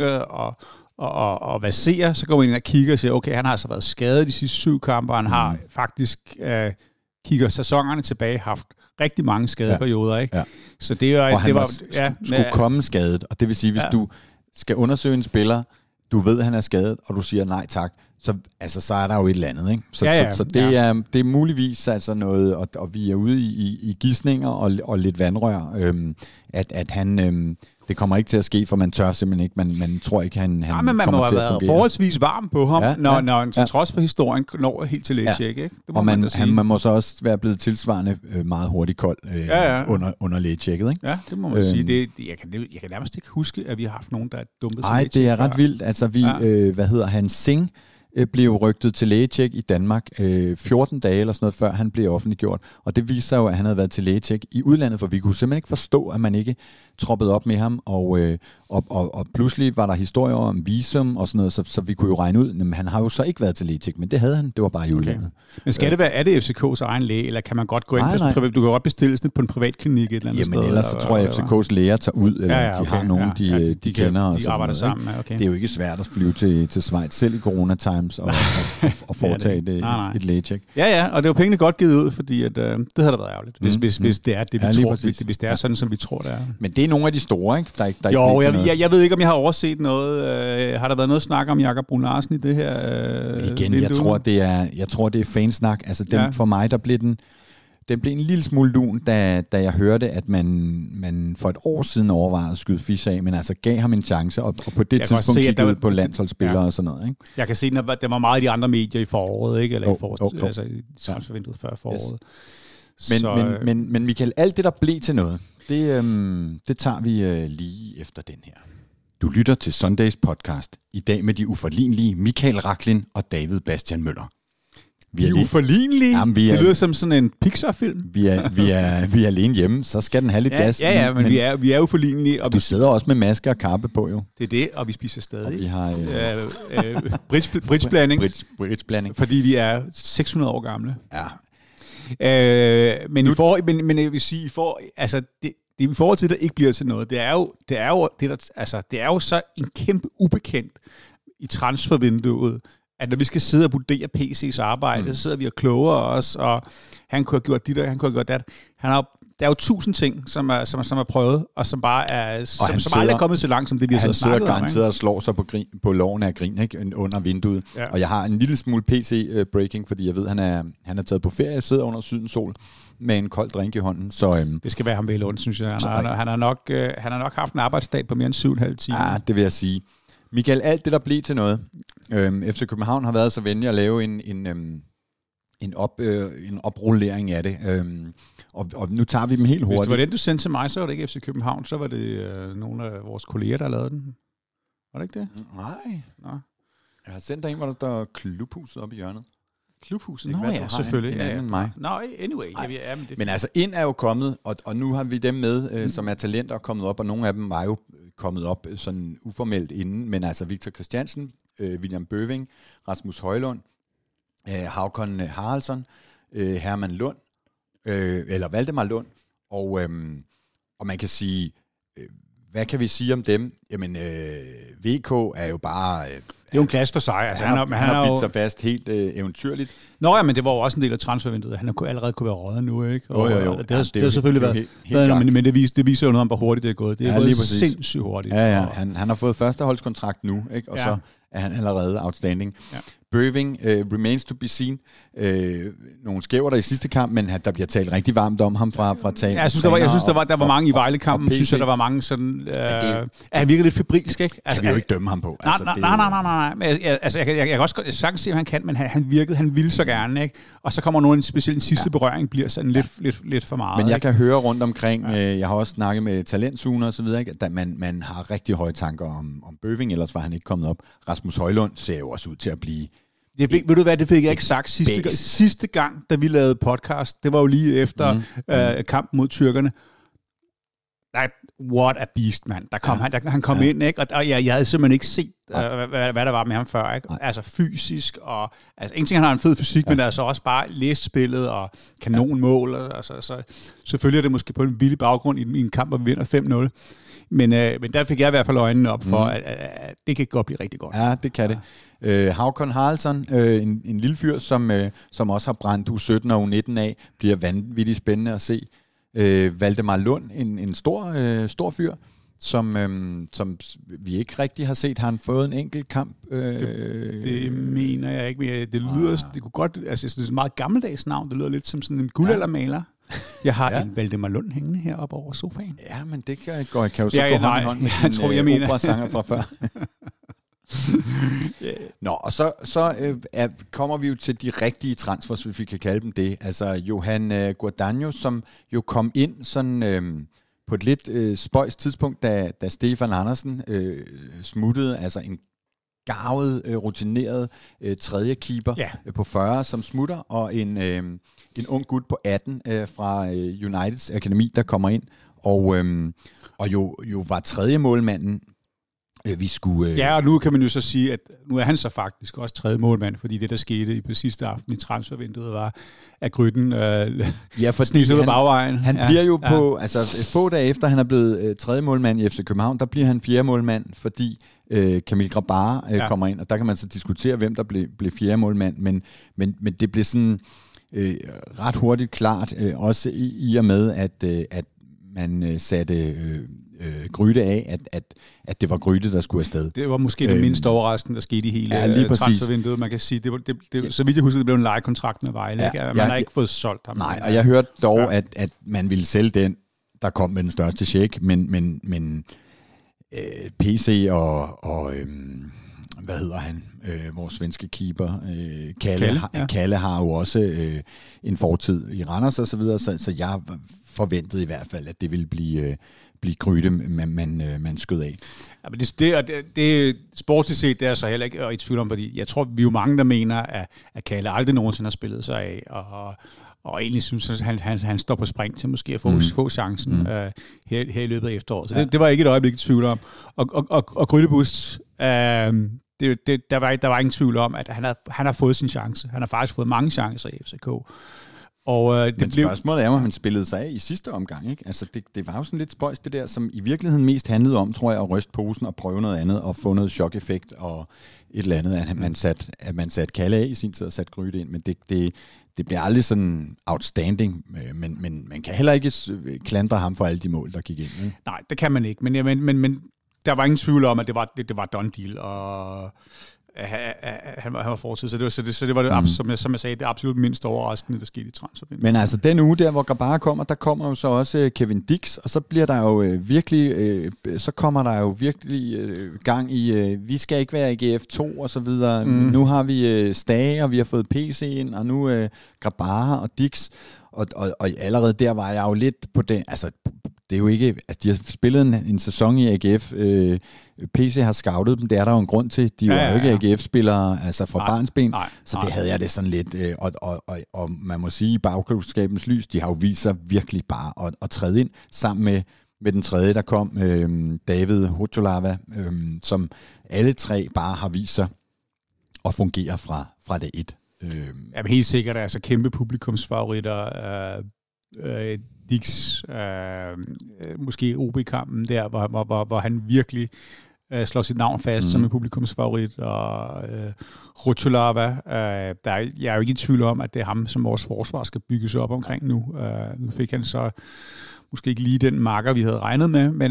at versere, så går man ind og kigger og siger, okay, han har altså været skadet de sidste 7 kampe, og han har faktisk kigger sæsonerne tilbage haft rigtig mange skadeperioder. Ikke? Ja. Så det var... Og han skulle komme skadet, og det vil sige, hvis du skal undersøge en spiller, du ved, han er skadet, og du siger nej tak, så er der jo et eller andet. Ikke? Så det er muligvis altså noget, og vi er ude i gidsninger og lidt vandrør, at han... det kommer ikke til at ske, for man tør simpelthen ikke. Man tror ikke, han kommer til at fungere. Man må have været forholdsvis varm på ham, når han til trods for historien når helt til lægetjek. Ikke? Og man må så også være blevet tilsvarende meget hurtigt kold under lægetjekket. Ikke? Ja, det må man sige. Jeg kan nærmest ikke huske, at vi har haft nogen, der er dumpet til lægetjek. Nej, det er ret vildt. Altså, han Singh blev rygtet til lægetjek i Danmark 14 dage eller sådan noget, før han blev offentliggjort. Og det viser sig jo, at han havde været til lægetjek i udlandet, for vi kunne simpelthen ikke forstå, at man ikke troppede op med ham. Og pludselig var der historier om visum og sådan noget, så vi kunne jo regne ud, at han har jo så ikke været til lægetjek, men det havde han. Det var bare i udlandet. Men skal det være, er det FCK's egen læge, eller kan man godt gå ind på privat? Du kan godt bestille sådan på en privat klinik et eller andet sted. Jamen ellers så tror jeg, at FCK's læger tager ud, eller de har nogen, de kender. De arbejder sammen. Okay. Det er jo ikke svært at flyve til Schweiz, selv i corona-times, og foretage et lægetjek. Ja, og det var pengene godt givet ud, fordi at, det havde da været ærgerligt, hvis det er det, vi tror, hvis det er sådan, som vi tror, det er. Men det er nogle af de store, ikke? Der jeg ved ikke, om jeg har overset noget. Har der været noget snak om Jakob Brun Larsen i det her igen, jeg tror, det er fansnak. Altså, for mig, der blev den blev en lille smule lun, da jeg hørte, at man for et år siden overvejede at skyde Fisch af, men altså gav ham en chance, og på det tidspunkt kiggede ud på landsholdsspillere og sådan noget. Ikke? Jeg kan se, at der var meget i de andre medier i foråret, ikke? Eller i foråret, altså i transfervinduet før foråret. Yes. Men Michael, alt det, der blev til noget, det tager vi lige efter den her. Du lytter til Sundays podcast. I dag med de uforlignelige Michael Raklin og David Bastian Møller. De uforlignelige? Jamen, det lyder som sådan en Pixar-film. Vi er alene hjemme, så skal den have lidt gas. Ja, men vi er uforlignelige. Og du sidder også med maske og kappe på, jo. Det er det, og vi spiser stadig. Og vi har bridgeblanding. Bridgeblanding. Fordi vi er 600 år gamle. Ja. Men jeg vil sige, det i forhold til, at der ikke bliver til noget, det er jo så en kæmpe ubekendt i transfervinduet, at når vi skal sidde og vurdere PC's arbejde, så sidder vi og kloger os, og han kunne have gjort dit, og han kunne have gjort dat. Der er jo 1000 ting, som er prøvet, og som bare er som aldrig er kommet så langt, som det vi har snakket om. Han sidder garanteret og slår sig på loven af grin, ikke? Under vinduet. Ja. Og jeg har en lille smule PC-breaking, fordi jeg ved, han er taget på ferie, sidder under sydens sol med en kold drink i hånden. Så, det skal være ham vel ondt, synes jeg. Han har nok haft en arbejdsdag på mere end 7,5 timer. Ja, det vil jeg sige. Michael, alt det, der blev til noget. FC København har været så venlig at lave en oprullering af det. Og nu tager vi dem helt hurtigt. Hvis det var den, du sendte til mig, så var det ikke FC København, så var det nogle af vores kolleger, der lavede den. Var det ikke det? Nej. Nå. Jeg har sendt dig en, hvor der står Klubhuset oppe i hjørnet. Klubhuset? Nå ja, selvfølgelig. En anden mig. Nå, anyway. Men altså, ind er jo kommet, og nu har vi dem med, som er talenter og kommet op, og nogle af dem var jo kommet op sådan uformelt inden, men altså Victor Christiansen, William Bøving, Rasmus Højlund, Håkon Haraldsson, Herman Lund, eller Valdemar Lund, og man kan sige, hvad kan vi sige om dem? Jamen, VK er jo bare... det er jo en klasse for sig. Altså, han har bidt sig fast helt eventyrligt. Nå ja, men det var jo også en del af transfervinduet. Han allerede kunne være røget nu, ikke? Og, jo. Det har selvfølgelig været... Men det viser jo noget om, hvor hurtigt det er gået. Det er gået sindssygt hurtigt. Ja. Han har fået førsteholdskontrakt nu, ikke? Og så er han allerede outstanding. Ja. Bøving remains to be seen. Nogle skæver der i sidste kamp, men der bliver talt rigtig varmt om ham fra tag. Ja, jeg synes, der var mange i Vejle-kampen. Synes jeg, der var mange sådan... han virker lidt febrilsk, ikke? Altså, kan vi jo ikke dømme ham på. Nej. Men, jeg kan også sagtens se, at han kan, men han ville så gerne, ikke? Og så kommer nogen, specielt den sidste berøring, bliver sådan lidt for meget. Men jeg kan høre rundt omkring, jeg har også snakket med talentsuner og så videre, at man har rigtig høje tanker om Bøving, ellers var han ikke kommet op. Rasmus Højlund ser jo også ud til at blive... Ved du hvad, det fik jeg ikke sagt sidste gang, da vi lavede podcast. Det var jo lige efter kampen mod tyrkerne. What a beast, mand. Han kom ind, ikke? Og jeg havde simpelthen ikke set, hvad der var med ham før, ikke? Altså fysisk, og altså, ingenting, han har en fed fysik, men altså også bare læst spillet og kanonmål. Så selvfølgelig er det måske på en billig baggrund i en kamp, hvor vi vinder 5-0. Men der fik jeg i hvert fald øjnene op for, at det kan godt blive rigtig godt. Ja, det kan det. Håkon Haraldsson, en lille fyr, som også har brændt U17 og U19 af, bliver vanvittigt spændende at se. Valdemar Lund, en stor fyr, som vi ikke rigtig har set. Har han fået en enkelt kamp? Det mener jeg ikke, men det lyder, det kunne godt, altså det er et meget gammeldags navn, det lyder lidt som sådan en guldaldermaler. Jeg har en Valdemar Lund hængende heroppe over sofaen. Ja, men det kan jo så gå hånd i hånd med din operasanger fra før. Nå, og så kommer vi jo til de rigtige transfers, hvis vi kan kalde dem det. Altså Johan Guadagno, som jo kom ind sådan på et lidt spøjs tidspunkt, da Stefan Andersen smuttede, altså en garvet, rutineret tredje keeper på 40, som smutter, og en ung gut på 18 fra Uniteds akademi, der kommer ind, og jo var tredje målmanden. Vi skulle... Ja, og nu kan man jo så sige, at nu er han så faktisk også tredje målmand, fordi det, der skete på sidste aften i transfervinduet, var, at Grytten snigede ud af bagvejen. Han bliver jo på... Altså, få dage efter, han er blevet tredje målmand i FC København, der bliver han fjerde målmand, fordi Kamil Grabar kommer ind, og der kan man så diskutere, hvem der blev fjerde målmand, men det blev sådan ret hurtigt klart, også i og med, at man satte... Gryde af, at det var Gryde, der skulle afsted. Det var måske det mindst overraskende, der skete i hele transfervinduet. Man kan sige, det, så vidt jeg husker, det blev en lejekontrakt med Vejle. Man har ikke fået solgt ham. Nej, og jeg hørte dog, at man ville sælge den, der kom med den største check, men PC og hvad hedder han? Vores svenske keeper, Kalle har jo også en fortid i Randers og så videre, så jeg forventede i hvert fald, at det ville blive Gryde, man skød af. Ja, men det sportsligt set, det er så heller ikke i tvivl om, fordi jeg tror, vi er jo mange, der mener, at Kalle aldrig nogensinde har spillet sig af, og egentlig synes, at han står på spring til måske at få chancen her i løbet af efteråret. Så det var ikke et øjeblik i tvivl om. Og Grydebust, der var ingen tvivl om, at han har fået sin chance. Han har faktisk fået mange chancer i FCK. Men spørgsmålet er, om han spillede sig af i sidste omgang, ikke? Altså, det var jo sådan lidt spøjs, det der, som i virkeligheden mest handlede om, tror jeg, at ryste posen og prøve noget andet, og få noget chok-effekt og et eller andet, at man satte Kalle af i sin tid og satte Gryde ind, men det bliver aldrig sådan outstanding, men man kan heller ikke klandre ham for alle de mål, der gik ind. Ikke? Nej, det kan man ikke, men der var ingen tvivl om, at det var done deal, og han var fortid, så det var det, som jeg sagde, det absolut mindst overraskende, der skete i transfervinduet. Men altså den uge der, hvor Grabar kommer, der kommer jo så også Kevin Dix, og så bliver der jo så kommer der jo virkelig gang i, vi skal ikke være i GF2 og så videre. Nu har vi Stage, og vi har fået PC ind, og nu Grabar og Dix, og allerede der var jeg jo lidt på den, altså det er jo ikke... Altså, de har spillet en sæson i AGF. PC har scoutet dem, det er der jo en grund til. De var jo ikke AGF-spillere altså fra barnsben, så det havde jeg det sådan lidt. Og man må sige, i bagklubskabens lys, de har jo vist sig virkelig bare at træde ind sammen med den tredje, der kom, David Hocholava, som alle tre bare har vist sig at fungere fra dag 1. Jamen helt sikkert, altså kæmpe publikumsfavoritter, Dix, måske OB-kampen der, hvor han virkelig slår sit navn fast som en publikumsfavorit, og Hocholava, jeg er jo ikke i tvivl om, at det er ham, som vores forsvar skal bygges op omkring nu. Nu fik han så måske ikke lige den marker, vi havde regnet med, men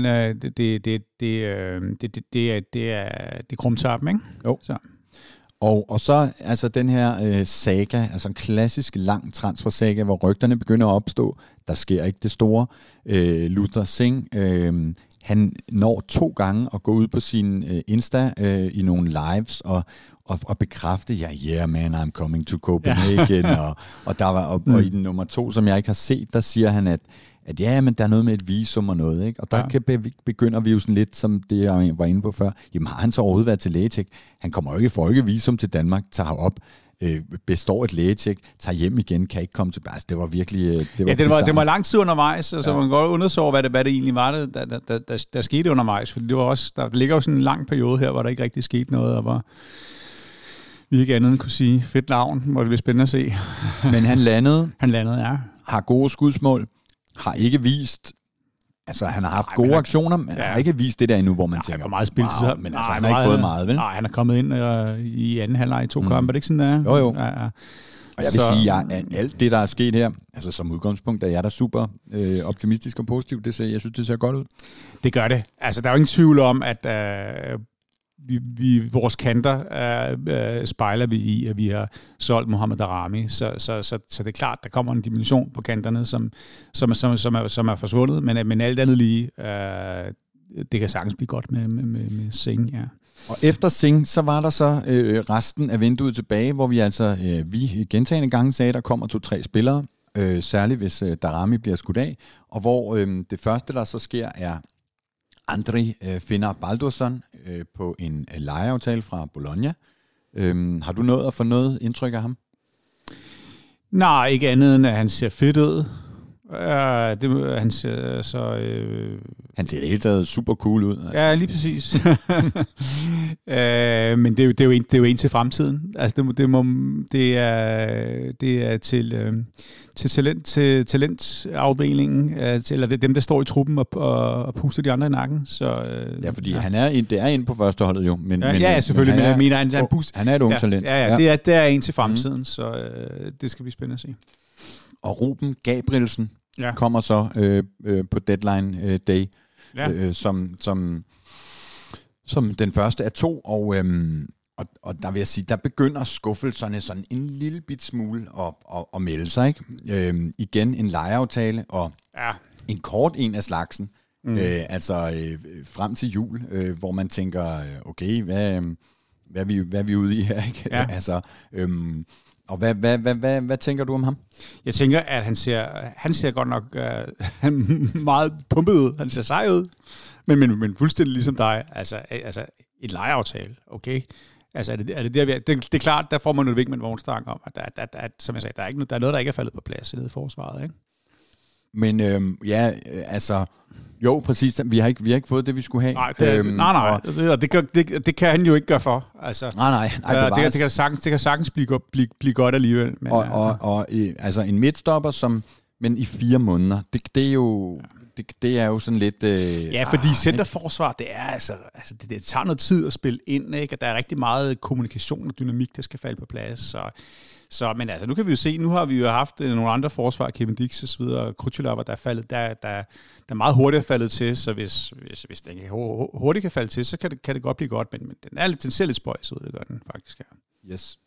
det er krumtappen, ikke? Jo. Så. Og så altså den her saga, altså en klassisk lang transfer-saga, hvor rygterne begynder at opstå. Der sker ikke det store. Luther Singh, han når 2 gange at gå ud på sin Insta i nogle lives og bekræfte, yeah man, I'm coming to Copenhagen. og der var og i den nummer 2, som jeg ikke har set, der siger han, at ja, men der er noget med et visum og noget, ikke? Og der begynder vi jo sådan lidt, som det jeg var inde på før, jamen har han så overhovedet været til lægetjek? Han kommer jo ikke for ikke visum til Danmark, tager op, består et lægetjek, tager hjem igen, kan ikke komme tilbage. Altså, det var virkelig... Det var lang tid undervejs, altså man kan godt undersøge, hvad det egentlig var, der skete undervejs, for det var også, der ligger jo sådan en lang periode her, hvor der ikke rigtig skete noget, og hvor vi ikke andet end kunne sige, fedt navn, hvor det bliver spændende at se. Men han landede, ja. Har gode skudsmål, har ikke vist... Altså, han har haft gode aktioner, men har ikke vist det der endnu, hvor man tænker, for meget spilletid. Wow, men altså, han har ikke fået meget, vel? Nej, han er kommet ind i anden halvleg i 2 kampe, er det ikke sådan, der? Jo. Ja. Og jeg vil sige, at alt det, der er sket her, altså som udgangspunkt, er jeg der super optimistisk og positiv. Jeg synes, det ser godt ud. Det gør det. Altså, der er jo ingen tvivl om, at vores kanter spejler vi i, at vi har solgt Mohamed Daramy. Så det er klart, der kommer en dimension på kanterne, som er forsvundet, men alt andet lige, det kan sagtens blive godt med Singh, ja. Og efter Singh, så var der så resten af vinduet tilbage, hvor vi altså, vi gentagne gange sagde, der kommer 2-3 spillere, særligt hvis Daramy bliver skudt af, og hvor det første, der så sker, er Andri Finnur Baldursson på en lejeaftale fra Bologna. Har du nået at få noget indtryk af ham? Nej, ikke andet end, at han ser fedt ud. Han ser så... Han ser det hele taget super cool ud. Altså. Ja, lige præcis. Men det er jo en til fremtiden. Altså det er til talentafdelingen, eller det er dem, der står i truppen og puster de andre i nakken. Så, ja, fordi det er inde på førsteholdet jo. Ja, selvfølgelig, men jeg mener, han er et ung talent. Ja. Det er en til fremtiden, så det skal vi spændende at se. Og Ruben Gabrielsen kommer så på deadline day, som den første af 2, og der vil jeg sige, der begynder skuffelserne sådan en lille bit smule at melde sig, ikke? Igen en lejeaftale, og en kort en af slagsen, frem til jul, hvor man tænker, okay, hvad er vi ude i her, ikke? Ja. Altså, og hvad tænker du om ham? Jeg tænker, at han ser godt nok meget pumpet ud. Han ser sej ud, men fuldstændig ligesom dig. Altså en lejeaftale, okay? Altså er det der, det er klart, der får man noget væk med en vognstang om, at som jeg sagde, der er noget, der ikke er faldet på plads i det forsvaret, ikke? Men jo, præcis. Vi har ikke fået det, vi skulle have. Nej. Det kan han jo ikke gøre for. Altså, nej. Det kan sagtens blive godt alligevel. Men, altså en midtstopper, men i 4 måneder, det er jo... Det er jo sådan lidt... fordi centerforsvar, det er altså det tager noget tid at spille ind, ikke? Og der er rigtig meget kommunikation og dynamik, der skal falde på plads. Så men altså, nu kan vi jo se, nu har vi jo haft nogle andre forsvar, Kevin Dix og så videre, Krutulava, der er faldet, der meget hurtigt er faldet til, så hvis den hurtigt kan falde til, så kan det godt blive godt, men den ser lidt spøjs ud, det gør den faktisk, ja. Yes.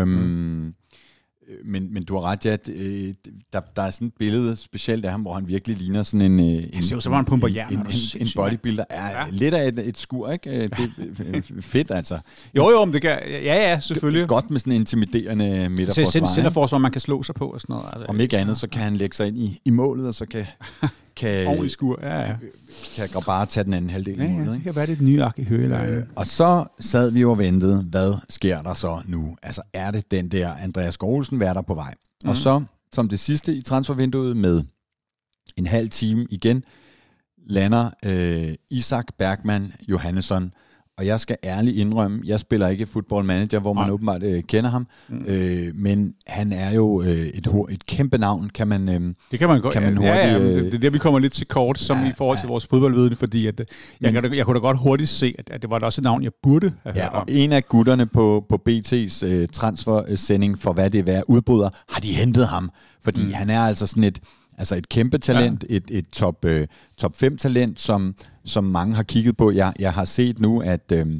Men du har ret, ja, der er sådan et billede specielt af ham, hvor han virkelig ligner sådan han ser ud som, han pumper jern. En bodybuilder. Lidt af et skur, ikke? Det er fedt, altså. Jo, men det kan... Ja, selvfølgelig. Det er godt med sådan en intimiderende midterforsvar. Centerforsvar, man kan slå sig på og sådan noget. Altså, om ikke andet, så kan han lægge sig ind i målet, og så ordentlig skur. Kan bare tage den anden halvdel i målet. Det kan være det nye ark i højelejen. Og så sad vi jo og ventede, hvad sker der så nu? Altså er det den der Andreas Skov-Olsen værter på vej? Og så, som det sidste i transfervinduet med en halv time igen, lander Isak Bergman Johannesson. Og jeg skal ærligt indrømme, jeg spiller ikke Football Manager, hvor man åbenbart kender ham. Men han er jo et kæmpe navn, kan man det kan man godt. Kan man hurtigt, det er der, vi kommer lidt til kort, som i forhold til vores fodboldviden, fordi at, jeg kunne da godt hurtigt se, at det var da også et navn, jeg burde have hørt om. Og en af gutterne på BT's transfersending for hvad det er værd udbryder, har de hentet ham, fordi han er altså sådan et kæmpe talent, et top 5 talent, som mange har kigget på. Jeg har set nu, at der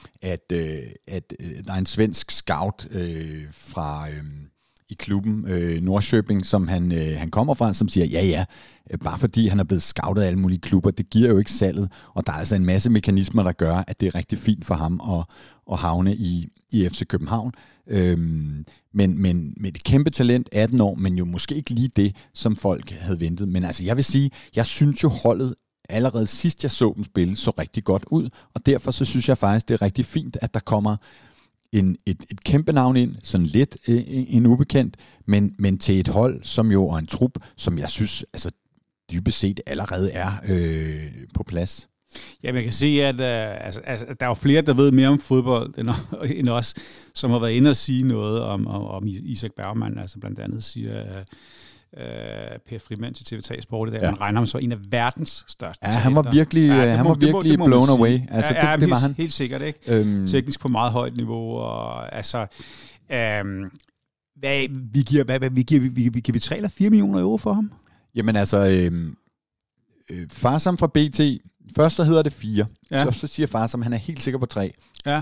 er en svensk scout fra i klubben Norrköping, som han kommer fra, som siger, bare fordi han er blevet scoutet af alle mulige klubber, det giver jo ikke salget, og der er altså en masse mekanismer, der gør, at det er rigtig fint for ham at havne i FC København. Men med et kæmpe talent, 18 år, men jo måske ikke lige det, som folk havde ventet. Men altså, jeg vil sige, jeg synes jo holdet allerede sidst jeg så dem spille, så rigtig godt ud, og derfor så synes jeg faktisk, det er rigtig fint, at der kommer et kæmpe navn ind, sådan lidt en ubekendt, men til et hold, som jo er en trup, som jeg synes, altså dybest set allerede er på plads. Ja, man kan se, at der er jo flere, der ved mere om fodbold end os, som har været inde og sige noget om Isak Bergman, altså blandt andet siger Per Frimand til TV3 Sport i dag, man regner ham så en af verdens største. Ja, han var virkelig blown away. Altså, det var han. Helt sikkert, ikke? Teknisk på meget højt niveau, og altså... Vi giver 3 eller 4 millioner euro for ham? Jamen altså, Farsam fra BT, først så hedder det 4, så siger Farsam, han er helt sikker på 3. Ja.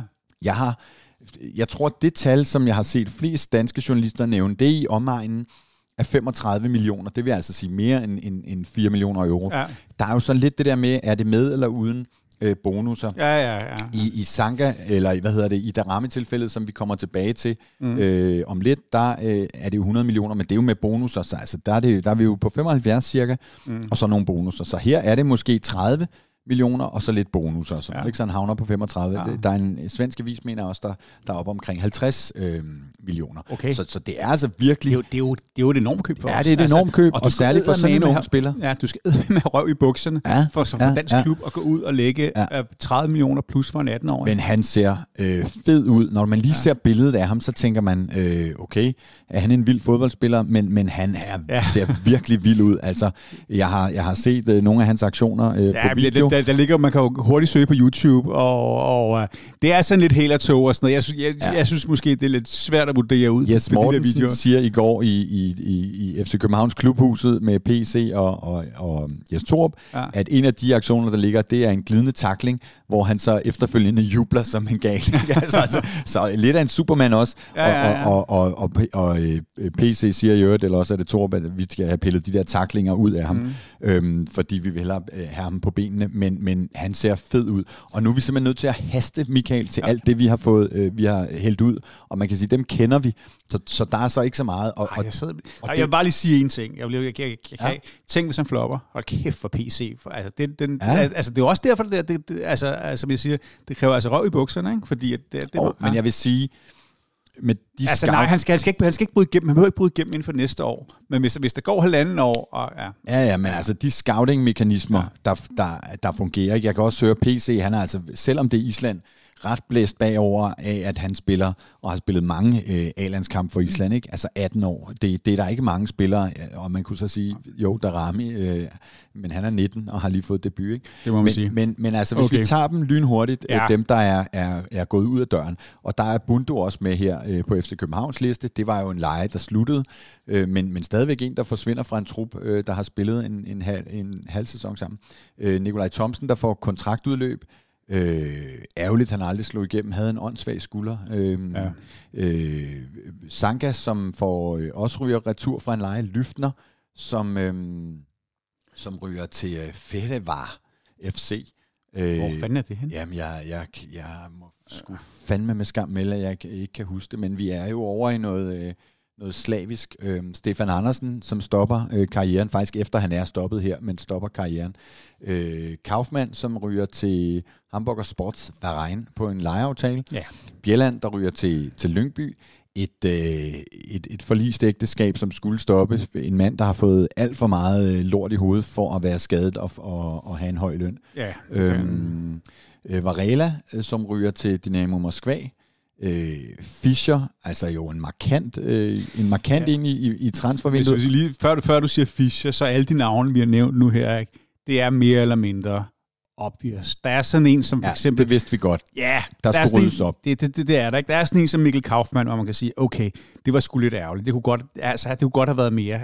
Jeg tror, det tal, som jeg har set flest danske journalister nævne, det er i omegnen af 35 millioner. Det vil altså sige mere end 4 millioner euro. Ja. Der er jo sådan lidt det der med, er det med eller uden bonusser. Ja. I Sanka, eller i Darami-tilfældet, som vi kommer tilbage til om lidt, der er det jo 100 millioner, men det er jo med bonusser, så altså, der er vi jo på 75 cirka, og så nogle bonusser. Så her er det måske 30 millioner, og så lidt bonusser. Så, ikke? Så han havner på 35. Ja. Der er en svensk avis, mener også, der er op omkring 50 millioner. Okay. Så det er altså virkelig... Det er jo et enormt køb for os. Ja, det er et enormt køb, og særligt for sådan en ung spiller. Ja, du skal med røv i bukserne for dansk klub at gå ud og lægge 30 millioner plus for en 18-årig. Men han ser fed ud. Når man lige ser billedet af ham, så tænker man, okay, er han en vild fodboldspiller, men han ser virkelig vild ud. Altså, jeg har set nogle af hans aktioner på video. Der ligger, man kan jo hurtigt søge på YouTube, og det er sådan lidt helt tog og sådan noget. Jeg synes måske, det er lidt svært at vurdere ud Jes på de der videoer. Siger i går i FC Københavns klubhuset med PC og Jes Torup, at en af de aktioner, der ligger, det er en glidende tackling, hvor han så efterfølgende jubler som en gal. så lidt af en Superman også. Og PC siger i øvrigt, eller også er det Torup, at vi skal have pillet de der tacklinger ud af ham, fordi vi vil hellere have ham på benene, men han ser fed ud. Og nu er vi simpelthen nødt til at haste Michael til alt det, vi har hældt ud. Og man kan sige, dem kender vi. Så der er så ikke så meget. Jeg vil bare lige sige en ting. Jeg kan tænke, hvis han flopper. Hold kæft for PC. Altså, det er jo også derfor, som jeg siger, det kræver altså røv i bukserne, ikke? Fordi men jeg vil sige, med de nej, han skal ikke bryde igennem. Han behøver ikke bryde igennem inden for næste år. Men hvis der går 1,5 år... Men altså de scouting-mekanismer, der fungerer. Jeg kan også høre PC, han er altså, selvom det er Island, ret blæst bagover af, at han spiller, og har spillet mange A-landskampe for Island, ikke? Altså 18 år. Det er der ikke mange spillere, og man kunne så sige, jo, Darami, men han er 19 og har lige fået debut, ikke? Det må man sige. Men altså, hvis vi tager dem lynhurtigt, dem, der er gået ud af døren, og der er Bundo også med her på FC Københavns liste, det var jo en leje, der sluttede, men stadigvæk en, der forsvinder fra en trup, der har spillet en halv sæson sammen. Nikolaj Thomsen, der får kontraktudløb, ærgerligt, han aldrig slog igennem, havde en åndssvag skulder. Sanka, som får også ryger retur fra en leje, Lyftner, som ryger til Ferevar FC. Hvor fanden er det hen? Jamen, jeg må sgu fandme med skam melde, at jeg ikke kan huske det, men vi er jo over i noget noget slavisk. Stefan Andersen, som stopper karrieren, faktisk efter han er stoppet her, men stopper karrieren. Kaufmann, som ryger til Hamburger Sportsverein på en lejeaftale. Ja. Bjelland, der ryger til Lyngby. Et forlist ægteskab, som skulle stoppe. En mand, der har fået alt for meget lort i hovedet for at være skadet og have en høj løn. Ja, Varela, som ryger til Dynamo Moskva. Fischer, altså jo en markant ind i transfervinduet. Hvis lige, før du siger Fischer, så alle de navne, vi har nævnt nu her, ikke, det er mere eller mindre obvious. Der er sådan en, som for eksempel... det vidste vi godt. Ja, der skulle ryddes op. Det er der ikke. Der er sådan en som Mikkel Kaufmann, hvor man kan sige, okay, det var sgu lidt ærgerligt. Det kunne godt have været mere.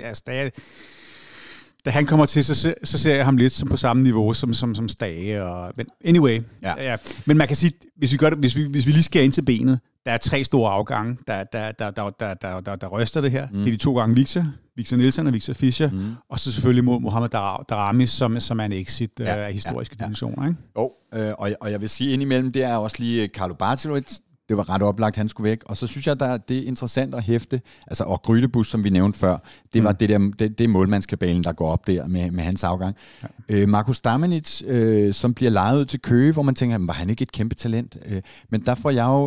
Da han kommer til, så ser jeg ham lidt som på samme niveau som Stage. Men anyway. Ja. Men man kan sige, hvis vi lige skal ind til benet, der er 3 store afgange, der ryster det her. Det er de 2 gange Victor Nielsen og Victor Fischer, og så selvfølgelig mod Mohamed Daramy, som er en exit af historiske dimensioner. Ikke? Jo, og jeg vil sige indimellem, det er også lige Carlo Bartolovic. Det var ret oplagt, han skulle væk. Og så synes jeg, det er interessant at hæfte. Altså, og Grydebus, som vi nævnte før, det var det målmandskabalen, der går op der med hans afgang. Ja. Marko Stamenic, som bliver lejet ud til Køge, hvor man tænker, var han ikke et kæmpe talent? Men der får jeg jo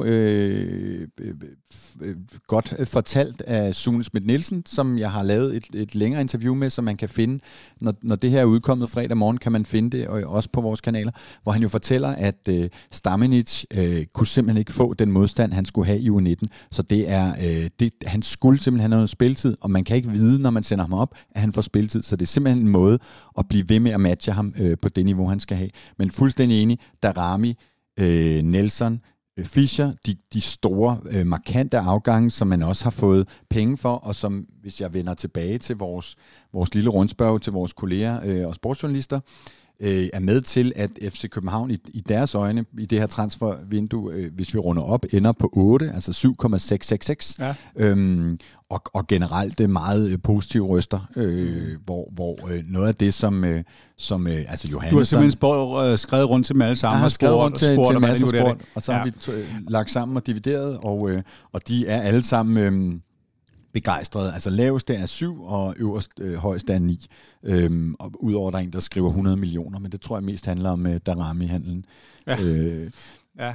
godt fortalt af Sune Schmidt Nielsen, som jeg har lavet et længere interview med, som man kan finde. Når det her er udkommet fredag morgen, kan man finde det, og også på vores kanaler, hvor han jo fortæller, at Stamenic kunne simpelthen ikke få den modstand, han skulle have i U19. Så det er, han skulle simpelthen have noget spilletid, og man kan ikke vide, når man sender ham op, at han får spilletid. Så det er simpelthen en måde at blive ved med at matche ham på det niveau, han skal have. Men fuldstændig enig, Daramy, Nelson, Fischer, de store, markante afgange, som man også har fået penge for, og som, hvis jeg vender tilbage til vores lille rundspørg til vores kolleger og sportsjournalister, er med til, at FC København i deres øjne, i det her transfervindue, hvis vi runder op, ender på 8, altså 7,666. Ja. Og generelt det meget positive røster, hvor noget af det, som altså Johannesson... Du har simpelthen skrevet rundt til dem alle sammen. Jeg har skrevet rundt til masser af sport, og så har vi lagt sammen og divideret, og de er alle sammen... begejstrede. Altså laveste er 7, og højeste er 9. Og udover der er en, der skriver 100 millioner, men det tror jeg mest handler om Daramy-handlen. Ja.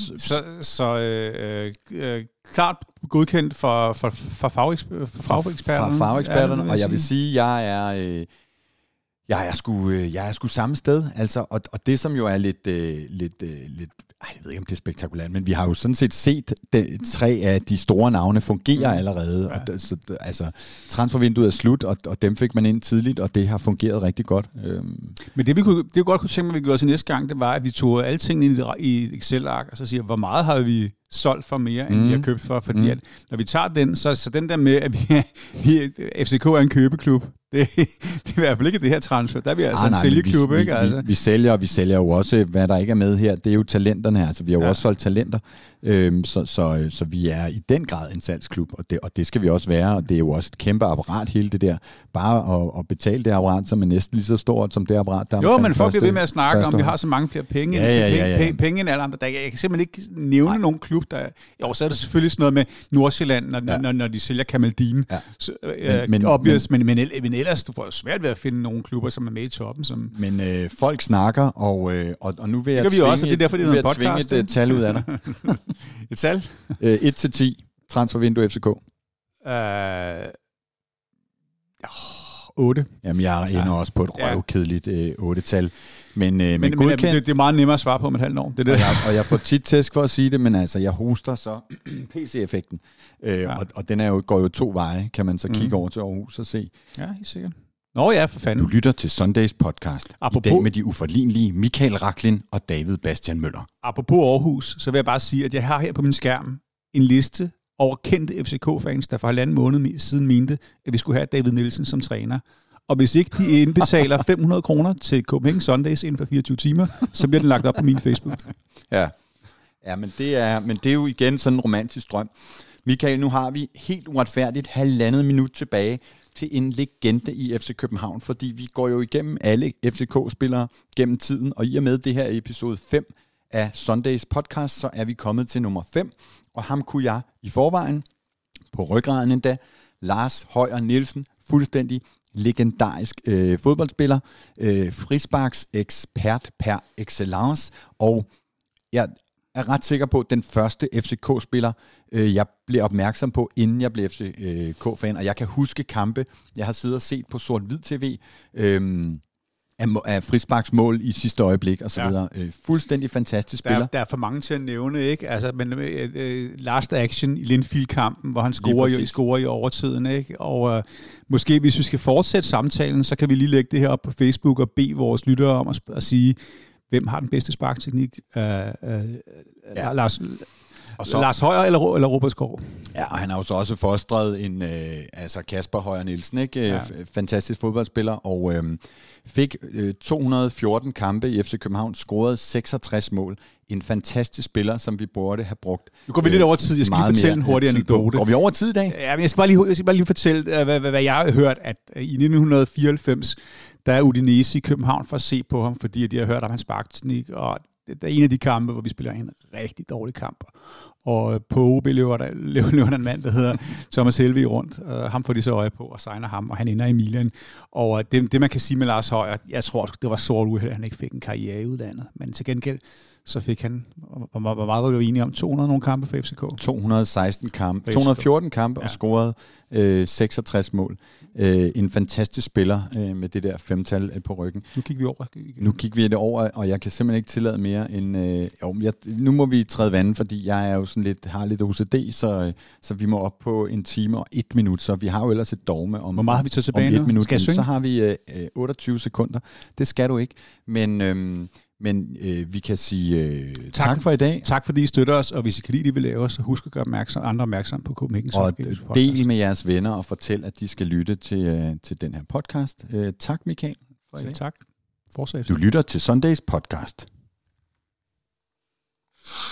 Klart godkendt for fageksperterne. For fageksperterne, og jeg vil sige, jeg er sgu samme sted, altså, og det som jo er lidt jeg ved ikke, om det er spektakulært, men vi har jo sådan set 3 af de store navne fungerer allerede. Ja. Altså, transfervinduet er slut, og dem fik man ind tidligt, og det har fungeret rigtig godt. Men det vi godt kunne tænke mig, at vi gjorde til næste gang, det var, at vi tog alle tingene i et Excel-ark, og så siger, hvor meget har vi solgt for mere, end vi har købt for, fordi at, når vi tager den, så den der med, at FCK er en købeklub, det er i hvert fald ikke det her transfer. Der er vi altså en sælgeklub, ikke? Altså. Vi sælger jo også, hvad der ikke er med her, det er jo talenterne. Altså, vi har jo også solgt talenter, så vi er i den grad en salgsklub, og det skal vi også være, og det er jo også et kæmpe apparat, hele det der. Bare at betale det apparat, som er næsten lige så stort som det apparat, der jo, men folk bliver ved med at snakke om, vi har så mange flere penge, penge end alle andre. Jeg kan simpelthen ikke nævne nogen klub, der... Jo, så er det selvfølgelig sådan noget med Nordsjælland, når de sælger Kamaldin. Ja. Men ellers, du får jo svært ved at finde nogle klubber, som er med i toppen. Som... Men folk snakker, og nu vil jeg tvinge et tal ud af dig. Et tal? 1-10, transfervindue FCK. 8. Jamen, jeg ender også på et røvkedeligt 8-tal. Men det er meget nemmere at svare på om et halvt år. Og jeg får tit tæsk for at sige det, men altså, jeg hoster så PC-effekten. Og den går jo 2 veje, kan man så kigge over til Aarhus og se. Ja, helt sikkert. Nå ja, for fanden. Du lytter til Sundays podcast. I dag med de uforlignelige Michael Raklin og David Bastian Møller. Apropos Aarhus, så vil jeg bare sige, at jeg har her på min skærm en liste over kendte FCK-fans, der for 1,5 måned siden mente, at vi skulle have David Nielsen som træner. Og hvis ikke de indbetaler 500 kroner til Copenhagen Sundays inden for 24 timer, så bliver den lagt op på min Facebook. Ja, men det er jo igen sådan en romantisk drøm. Michael, nu har vi helt uretfærdigt 1,5 minut tilbage til en legende i FC København, fordi vi går jo igennem alle FCK-spillere gennem tiden, og i og med det her episode 5 af Sundays podcast, så er vi kommet til nummer 5, og ham kunne jeg i forvejen på ryggraden endda. Lars Højer Nielsen, fuldstændig legendarisk fodboldspiller, frisparks ekspert per excellence, og jeg er ret sikker på, at den første FCK-spiller, jeg blev opmærksom på, inden jeg blev FCK-fan, og jeg kan huske kampe, jeg har siddet og set på sort-hvid tv, af frisparksmål i sidste øjeblik og så videre. Fuldstændig fantastisk spiller. Der er for mange til at nævne, ikke? Altså, men last action i Linfield-kampen, hvor han scorer i overtiden, ikke? Og måske hvis vi skal fortsætte samtalen, så kan vi lige lægge det her op på Facebook og bede vores lyttere om at sige, hvem har den bedste sparkteknik? Lars Højer eller Robert Skov? Ja, og han har jo så også fostret en Kasper Højer Nielsen, ikke? Fantastisk fodboldspiller, og fik 214 kampe i FC København, scorede 66 mål. En fantastisk spiller, som vi burde have brugt. Nu går vi lidt over tid. Jeg skal lige fortælle en hurtig anekdote. Går vi over tid i dag? Ja, men jeg skal bare lige fortælle, hvad jeg har hørt, at i 1994, der er Udinese i København for at se på ham, fordi de har hørt om hans sparkteknik, og det er en af de kampe, hvor vi spiller en rigtig dårlig kamp. Og på OB løber der en mand, der hedder Thomas Helvig rundt. Ham får de så øje på og signer ham, og han ender i Milan. Og det man kan sige med Lars Højer, jeg tror, det var sort uheld, at han ikke fik en karriere i udlandet. Men til gengæld, så fik han, hvor meget var vi enige om, 200 nogle kampe for FCK? 216 kampe, 214 kampe og scorede 66 mål. En fantastisk spiller med det der femtal på ryggen. Nu gik vi det over, og jeg kan simpelthen ikke tillade mere end... nu må vi træde vandet, fordi jeg er jo sådan lidt, har lidt OCD, så vi må op på 1 time og 1 minut, så vi har jo ellers et dogme om... Hvor meget har vi så tilbage nu? Minut, så har vi 28 sekunder. Det skal du ikke, men vi kan sige tak for i dag. Tak fordi I støtter os, og hvis I kan lide det, vi laver, så husk at gøre andre opmærksom på Copenhagen. Og del med jeres venner og fortæl, at de skal lytte til den her podcast. Tak, Michael. Tak. Fortsæt. Du lytter til Sundays podcast.